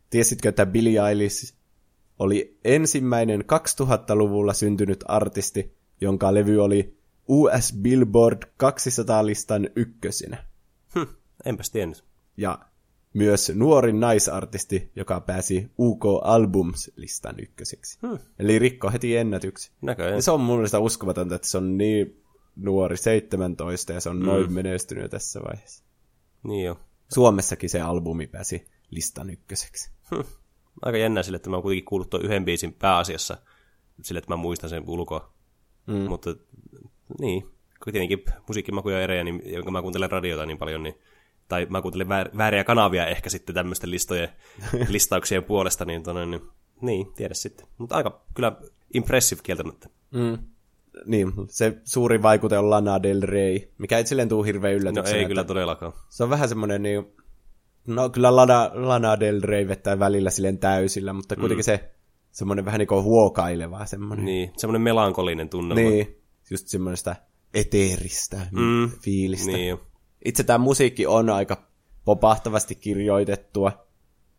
tiesitkö, että Billie Eilish oli ensimmäinen kaksituhattaluvulla syntynyt artisti, jonka levy oli U S Billboard kaksisataa-listan ykkösenä. Hm, enpäs tiennyt. Ja myös nuorin naisartisti, joka pääsi U K Albums-listan ykköseksi. Hmm. Eli rikko heti ennätyksi. Näköjään. Ja se on mun mielestä uskomatonta, että se on niin nuori, seitsemäntoista, ja se on hmm. noin menestynyt tässä vaiheessa. Niin jo. Suomessakin se albumi pääsi listan ykköseksi. Hmm. Aika jännä sille, että mä oon kuitenkin kuullut tuon yhden biisin pääasiassa sille, että mä muistan sen ulkoa. Hmm. Mutta niin, kuitenkin musiikkimakuja erejä, niin, jonka mä kuuntelen radiota niin paljon, niin tai mä kuuntelen väär, vääriä kanavia ehkä sitten tämmöisten listojen, listauksien puolesta, niin, tonne, niin, niin tiedä sitten. Mutta aika kyllä impressive kieltämättä. Mm. Niin, se suuri vaikute on Lana Del Rey, mikä ei silleen tule hirveän yllätyksenä. No ei kyllä todellakaan. Se on vähän semmoinen, niin, no kyllä Lana, Lana Del Rey vettää välillä silleen täysillä, mutta kuitenkin mm. se semmoinen vähän niin kuin huokaileva semmoinen. Niin, semmoinen melankolinen tunnelma. Niin, just semmoista eteeristä mm. fiilistä. Niin jo. Itse tämä musiikki on aika popahtavasti kirjoitettua.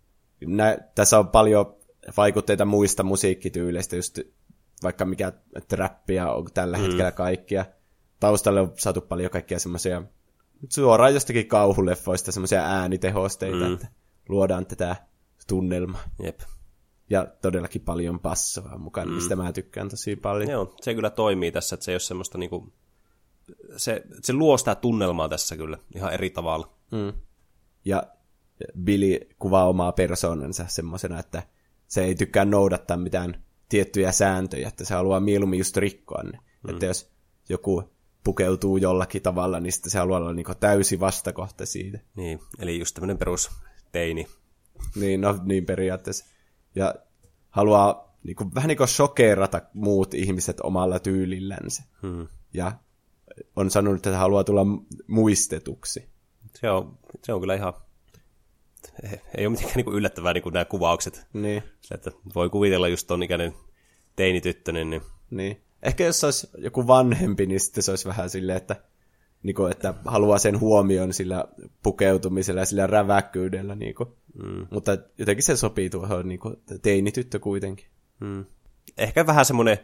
Nä, tässä on paljon vaikutteita muista musiikkityyleistä, just vaikka mikä trappia on tällä mm. hetkellä kaikkia. Taustalle on saatu paljon kaikkia semmoisia, suoraan jostakin kauhuleffoista, semmoisia äänitehosteita, mm. että luodaan tätä tunnelmaa. Jep. Ja todellakin paljon passoa mukaan, mm. mistä mä tykkään tosi paljon. Joo, se kyllä toimii tässä, että se ei ole semmoista niinku... Se, se luo sitä tunnelmaa tässä kyllä ihan eri tavalla. Mm. Ja Billy kuvaa omaa persoonansa semmoisena, että se ei tykkää noudattaa mitään tiettyjä sääntöjä, että se haluaa mieluummin just rikkoa ne. Mm. Että jos joku pukeutuu jollakin tavalla, niin sitten se haluaa olla niinku täysi vastakohta siitä. Niin, eli just tämmöinen perus teini. Niin, no niin periaatteessa. Ja haluaa niinku, vähän niin kuin shokeerata muut ihmiset omalla tyylillänsä. Mm. Ja on sanonut, että haluaa tulla muistetuksi. Se on, se on kyllä ihan... Ei ole mitenkään niin yllättävää niin nämä kuvaukset. Niin. Se, että voi kuvitella just ton ikäinen teinityttönen. Niin... niin. Ehkä jos olisi joku vanhempi, niin sitten se olisi vähän silleen, että, niin kuin, että haluaa sen huomion sillä pukeutumisella ja sillä räväkkyydellä. Niin kuin. Mm. Mutta jotenkin se sopii tuohon niin kuin teinityttö kuitenkin. Mm. Ehkä vähän semmoinen...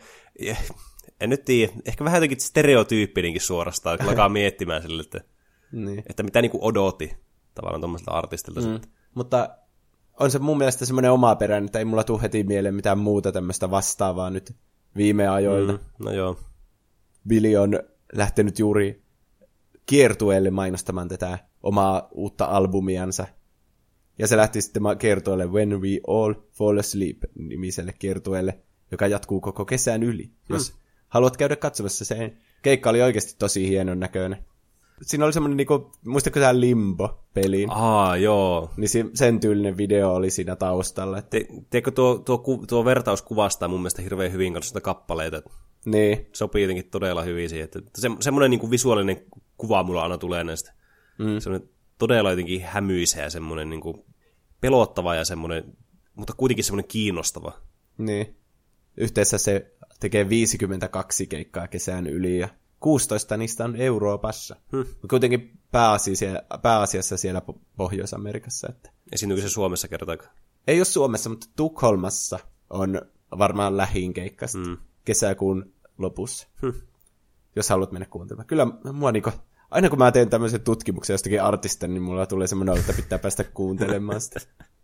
En nyt tiedä, ehkä vähän jotenkin stereotyyppinenkin suorastaan, kun alkaa miettimään sille, että, niin. että mitä niin kuin odotti tavallaan tuommoiselta artistilta. Mm. Mutta on se mun mielestä semmoinen omaperäinen, että ei mulla tule heti mieleen mitään muuta tämmöistä vastaavaa nyt viime ajoilta. Mm. No joo. Billy on lähtenyt juuri kiertueelle mainostamaan tätä omaa uutta albumiansa. Ja se lähti sitten kiertueelle When We All Fall Asleep-nimiselle kiertueelle, joka jatkuu koko kesän yli, mm. jos haluat käydä katsomassa sen. Keikka oli oikeasti tosi hienon näköinen. Siinä oli semmoinen, niinku, muistatko tämä Limbo-peliin? Aa, joo. Niin sen tyylinen video oli siinä taustalla. Että... Te, teekö tuo, tuo, tuo vertaus kuvastaa mun mielestä hirveän hyvin kanssa kappaleita? Niin. Sopii jotenkin todella hyvin siihen. Että se, semmoinen niinku visuaalinen kuva mulla aina tulee näistä. Mm. Semmoinen todella jotenkin hämyisä ja semmoinen niinku pelottava ja semmoinen, mutta kuitenkin semmoinen kiinnostava. Niin. Yhteensä se tekee viisikymmentäkaksi keikkaa kesän yli ja kuusitoista niistä on Euroopassa. Hmm. Kuitenkin pääasiassa, pääasiassa siellä Pohjois-Amerikassa. Että... Esiintyykö se Suomessa kertaakaan? Ei ole Suomessa, mutta Tukholmassa on varmaan lähin keikka hmm. kesäkuun lopussa. Hmm. Jos haluat mennä kuuntelemaan. Kyllä mua niinku, aina kun mä teen tämmöisen tutkimuksen jostakin artista, niin mulla tulee semmoinen, että pitää päästä kuuntelemaan sitä.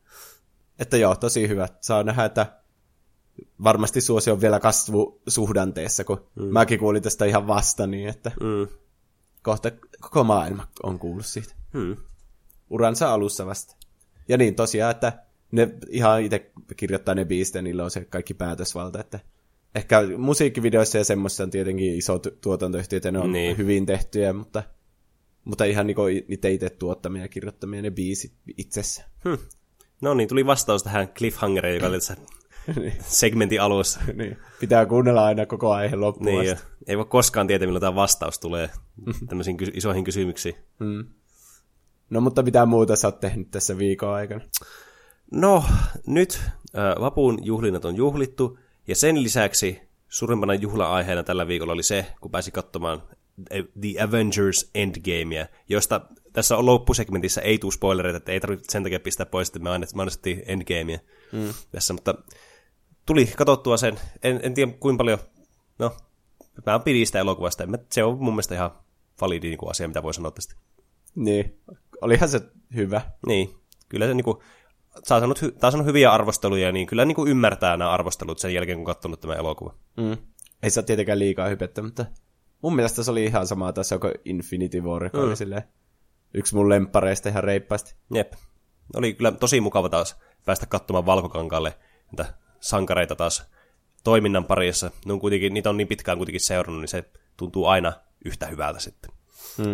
Että joo, tosi hyvä. Saa nähdä, että varmasti suosio on vielä kasvusuhdanteessa, kun mm. mäkin kuulin tästä ihan vasta, niin että mm. kohta koko maailma on kuullut siitä. Mm. Uransa alussa vasta. Ja niin tosiaan, että ne ihan itse kirjoittaa ne biisit ja niillä on se kaikki päätösvalta, että ehkä musiikkivideoissa ja semmoissa on tietenkin iso tuotantoyhtiöt ja ne on niin. hyvin tehtyjä, mutta, mutta ihan niin kuin itse itse tuottamia ja kirjoittamia ne biisit itsessä. Hmm. No niin, tuli vastaus tähän cliffhangeriin, joka oli tässä segmentin alussa. Niin. Pitää kuunnella aina koko aiheen loppuun niin, asti. Ei voi koskaan tietää, milloin tämä vastaus tulee tämmöisiin kys- isoihin kysymyksiin. Hmm. No, mutta mitä muuta sä oot tehnyt tässä viikon aikana? No, nyt äh, vapun juhlinnat on juhlittu, ja sen lisäksi suurimpana juhla-aiheena tällä viikolla oli se, kun pääsi katsomaan The Avengers Endgamea, josta tässä on loppusegmentissä ei tule spoilereita, että ei tarvitse sen takia pistää pois, että me mainostettiin Endgamea mm. tässä, mutta tuli katsottua sen, en, en tiedä kuinka paljon, no, mä pidin sitä elokuvasta, se on mun mielestä ihan validi niin kuin asia, mitä voi sanoa tästä. Niin, olihan se hyvä. Niin, kyllä se niinku, saa sanonut, taas on hyviä arvosteluja, niin kyllä niinku ymmärtää nämä arvostelut sen jälkeen, kun katsonut tämä elokuva. Mm. Ei se ole tietenkään liikaa hypettä, mutta mun mielestä se oli ihan sama tässä kuin Infinity War, joka mm. oli silleen yksi mun lemppareista ihan reippaasti. Jep, oli kyllä tosi mukava taas päästä katsomaan Valkokankaalle näitä sankareita taas toiminnan parissa. Ne on kuitenkin, niitä on niin pitkään kuitenkin seurannut, niin se tuntuu aina yhtä hyvältä sitten. Mm.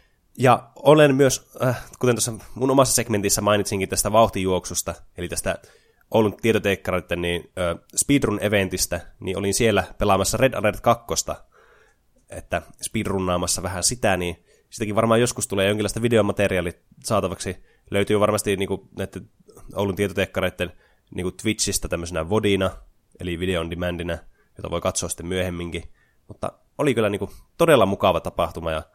Ja olen myös, äh, kuten tuossa mun omassa segmentissä mainitsinkin tästä vauhtijuoksusta, eli tästä Oulun tietoteekkareiden niin, äh, speedrun-eventistä, niin olin siellä pelaamassa Red Alert kaksi, että speedrunnaamassa vähän sitä, niin sitäkin varmaan joskus tulee jonkinlaista videomateriaalia saatavaksi. Löytyy varmasti niin kuin, näiden Oulun tietoteekkareiden niin kuin Twitchistä tämmöisenä vodina, eli video on demandina, jota voi katsoa sitten myöhemminkin. Mutta oli kyllä niin kuin, todella mukava tapahtuma, ja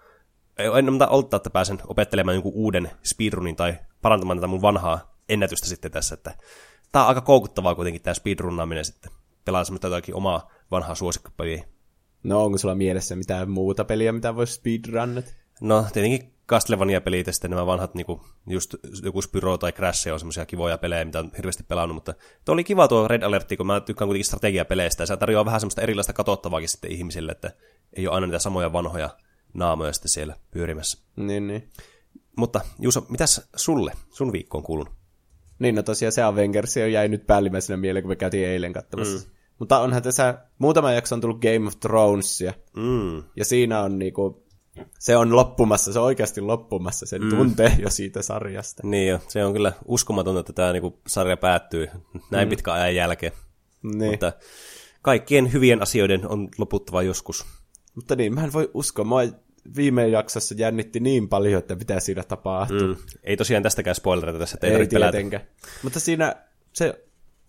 en mitään oltaa, että pääsen opettelemaan jonkun uuden speedrunin tai parantamaan tätä mun vanhaa ennätystä sitten tässä, että tää on aika koukuttavaa kuitenkin tää speedrunnaaminen sitten. Pelaa semmoista jotakin omaa vanhaa suosikkipeliä. No onko sulla mielessä mitään muuta peliä, mitä voisi speedrunnat? No tietenkin Castlevania-pelit ja sitten nämä vanhat, niinku, just joku Spyro tai Crash on semmoisia kivoja pelejä, mitä on hirveästi pelannut, mutta tuo oli kiva tuo Red Alert, kun mä tykkään kuitenkin strategiapeleistä, ja se tarjoaa vähän semmoista erilaista katsottavaakin sitten ihmisille, että ei ole aina niitä samoja vanhoja naamoja sitten siellä pyörimässä. Niin, niin. Mutta Juuso, mitäs sulle, sun viikko on kuulunut? Niin, no tosiaan se Avengers jäi nyt päällimmäisenä mieleen, kun me käytiin eilen katsomassa. Mm. Mutta onhan tässä muutama jakso on tullut Game of Thronesia, mm. ja siinä on niinku, se on loppumassa, se on oikeasti loppumassa, sen mm. tuntee jo siitä sarjasta. Niin jo, se on kyllä uskomatonta, että tämä niinku sarja päättyy näin mm. pitkän ajan jälkeen. Niin. Mutta kaikkien hyvien asioiden on loputtava joskus. Mutta niin, mä en voi uskoa, mua viime jaksossa jännitti niin paljon, että mitä siinä tapahtuu. Mm. Ei tosiaan tästäkään spoilerita tässä, että ei, ei tietenkään. Mutta siinä se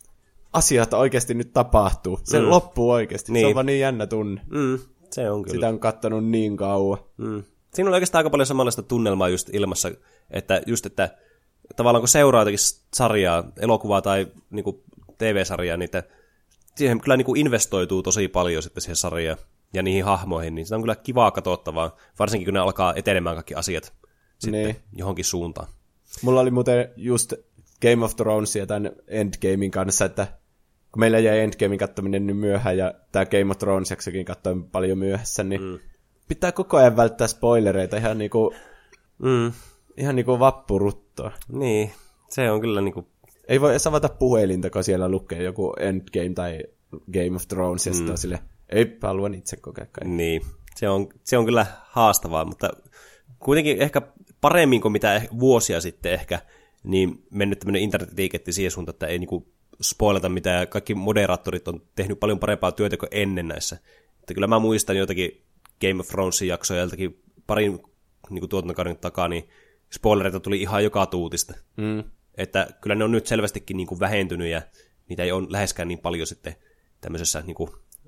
asiat oikeasti nyt tapahtuu. Se mm. loppuu oikeasti. Niin. Se on vaan niin jännä tunne. Mm. Se on kyllä. Sitä on katsonut niin kauan. Mm. Siinä on oikeastaan aika paljon samanlaista tunnelmaa just ilmassa, että just, että tavallaan kun seuraa jotakin sarjaa, elokuvaa tai niin kuin T V-sarjaa, niin että siihen kyllä niin kuin investoituu tosi paljon sitten siihen sarjaan ja niihin hahmoihin, niin se on kyllä kivaa katsottavaa, varsinkin kun ne alkaa etenemään kaikki asiat sitten niin. johonkin suuntaan. Mulla oli muuten just Game of Thronesia tämän Endgamein kanssa, että kun meillä jäi Endgamein kattominen nyt myöhään, ja tämä Game of Thrones-jaksokin katsoin paljon myöhässä, niin mm. pitää koko ajan välttää spoilereita ihan niinku, mm. ihan niinku vappuruttoa. Niin, se on kyllä niinku... Ei voi edes avata puhelinta, kun siellä lukee joku Endgame tai Game of Thrones, ja mm. sitten on silleen, ei, haluan itse kokea kaikki. Niin, se on, se on kyllä haastavaa, mutta kuitenkin ehkä paremmin kuin mitä vuosia sitten ehkä, niin mennyt tämmöinen internet-liiketti siihen suuntaan, että ei niinku spoilata mitään. Kaikki moderaattorit on tehnyt paljon parempaa työtä kuin ennen näissä. Että kyllä mä muistan jotakin Game of Thronesin jaksoja joltakin parin niin tuotantokauden takaa, niin spoilereita tuli ihan joka tuutista. Mm. Että kyllä ne on nyt selvästikin niin kuin vähentynyt ja niitä ei ole läheskään niin paljon sitten tämmöisessä niin kuin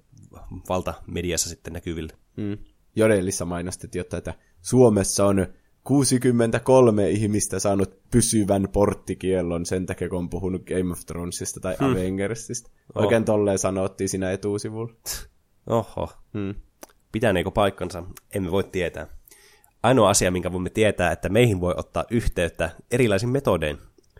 valtamediassa sitten näkyvillä. Mm. Jodelissa mainostettiin, jotta että Suomessa on kuusikymmentäkolme ihmistä saanut pysyvän porttikiellon sen takia, kun on puhunut Game of Thronesista tai hmm. Avengersista. Oikein oh. tolleen sanottiin siinä etusivulla. Oho. Hmm. Pitäneekö paikkansa? Emme voi tietää. Ainoa asia, minkä voimme tietää, että meihin voi ottaa yhteyttä erilaisin metodein.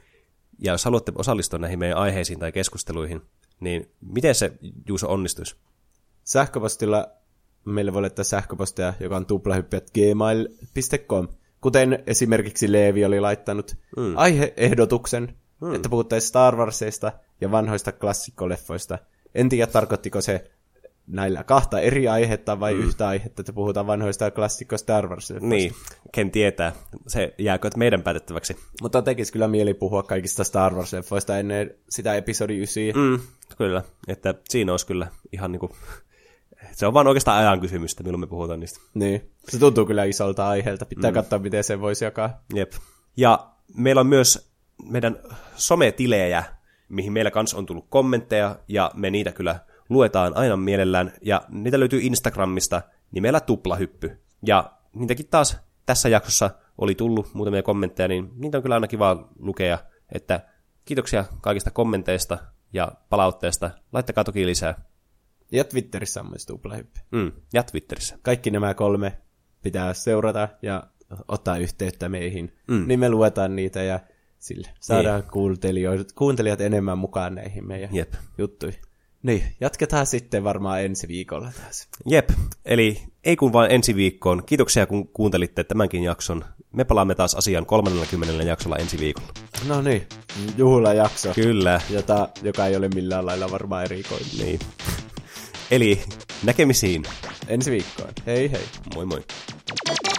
Ja jos haluatte osallistua näihin meidän aiheisiin tai keskusteluihin, niin miten se, Juuso, onnistuisi? Sähköpostilla meille voi laittaa sähköpostia, joka on tuplahyppyät gmail piste com. Kuten esimerkiksi Leevi oli laittanut mm. aiheehdotuksen, mm. että puhuttaisiin Star Warsista ja vanhoista klassikkoleffoista. En tiedä, tarkoittiko se näillä kahta eri aihetta vai mm. yhtä aihetta, että puhutaan vanhoista klassikko Star Warsista. Niin, ken tietää. Se jääkö meidän päätettäväksi. Mutta tekisi kyllä mieli puhua kaikista Star Wars-leffoista ennen sitä episodi yhdeksän. Mm, kyllä, että siinä olisi kyllä ihan niinku... Se on vaan oikeastaan ajan kysymystä, milloin me puhutaan niistä. Niin, se tuntuu kyllä isolta aiheelta. Pitää mm. katsoa, miten se voisi jakaa. Jep. Ja meillä on myös meidän sometilejä, mihin meillä kanssa on tullut kommentteja, ja me niitä kyllä luetaan aina mielellään. Ja niitä löytyy Instagramista nimellä Tuplahyppy. Ja niitäkin taas tässä jaksossa oli tullut muutamia kommentteja, niin niitä on kyllä aina kiva lukea, että kiitoksia kaikista kommenteista ja palautteesta. Laittakaa toki lisää. Ja Twitterissä on myös tuplahyppy. Mm, ja Twitterissä. Kaikki nämä kolme pitää seurata ja ottaa yhteyttä meihin. Mm. Niin me luetaan niitä ja sille saadaan niin. kuuntelijat, kuuntelijat enemmän mukaan näihin meidän Jep. juttuihin. Niin, jatketaan sitten varmaan ensi viikolla taas. Jep, eli ei kun vain ensi viikkoon. Kiitoksia kun kuuntelitte tämänkin jakson. Me palaamme taas asiaan kolmannellakymmenennellä jaksolla ensi viikolla. No niin, juhlajakso. Kyllä. Jota, joka ei ole millään lailla varmaan erikoinen. Niin. Eli näkemisiin. Ensi viikkoon. Hei hei. Moi moi.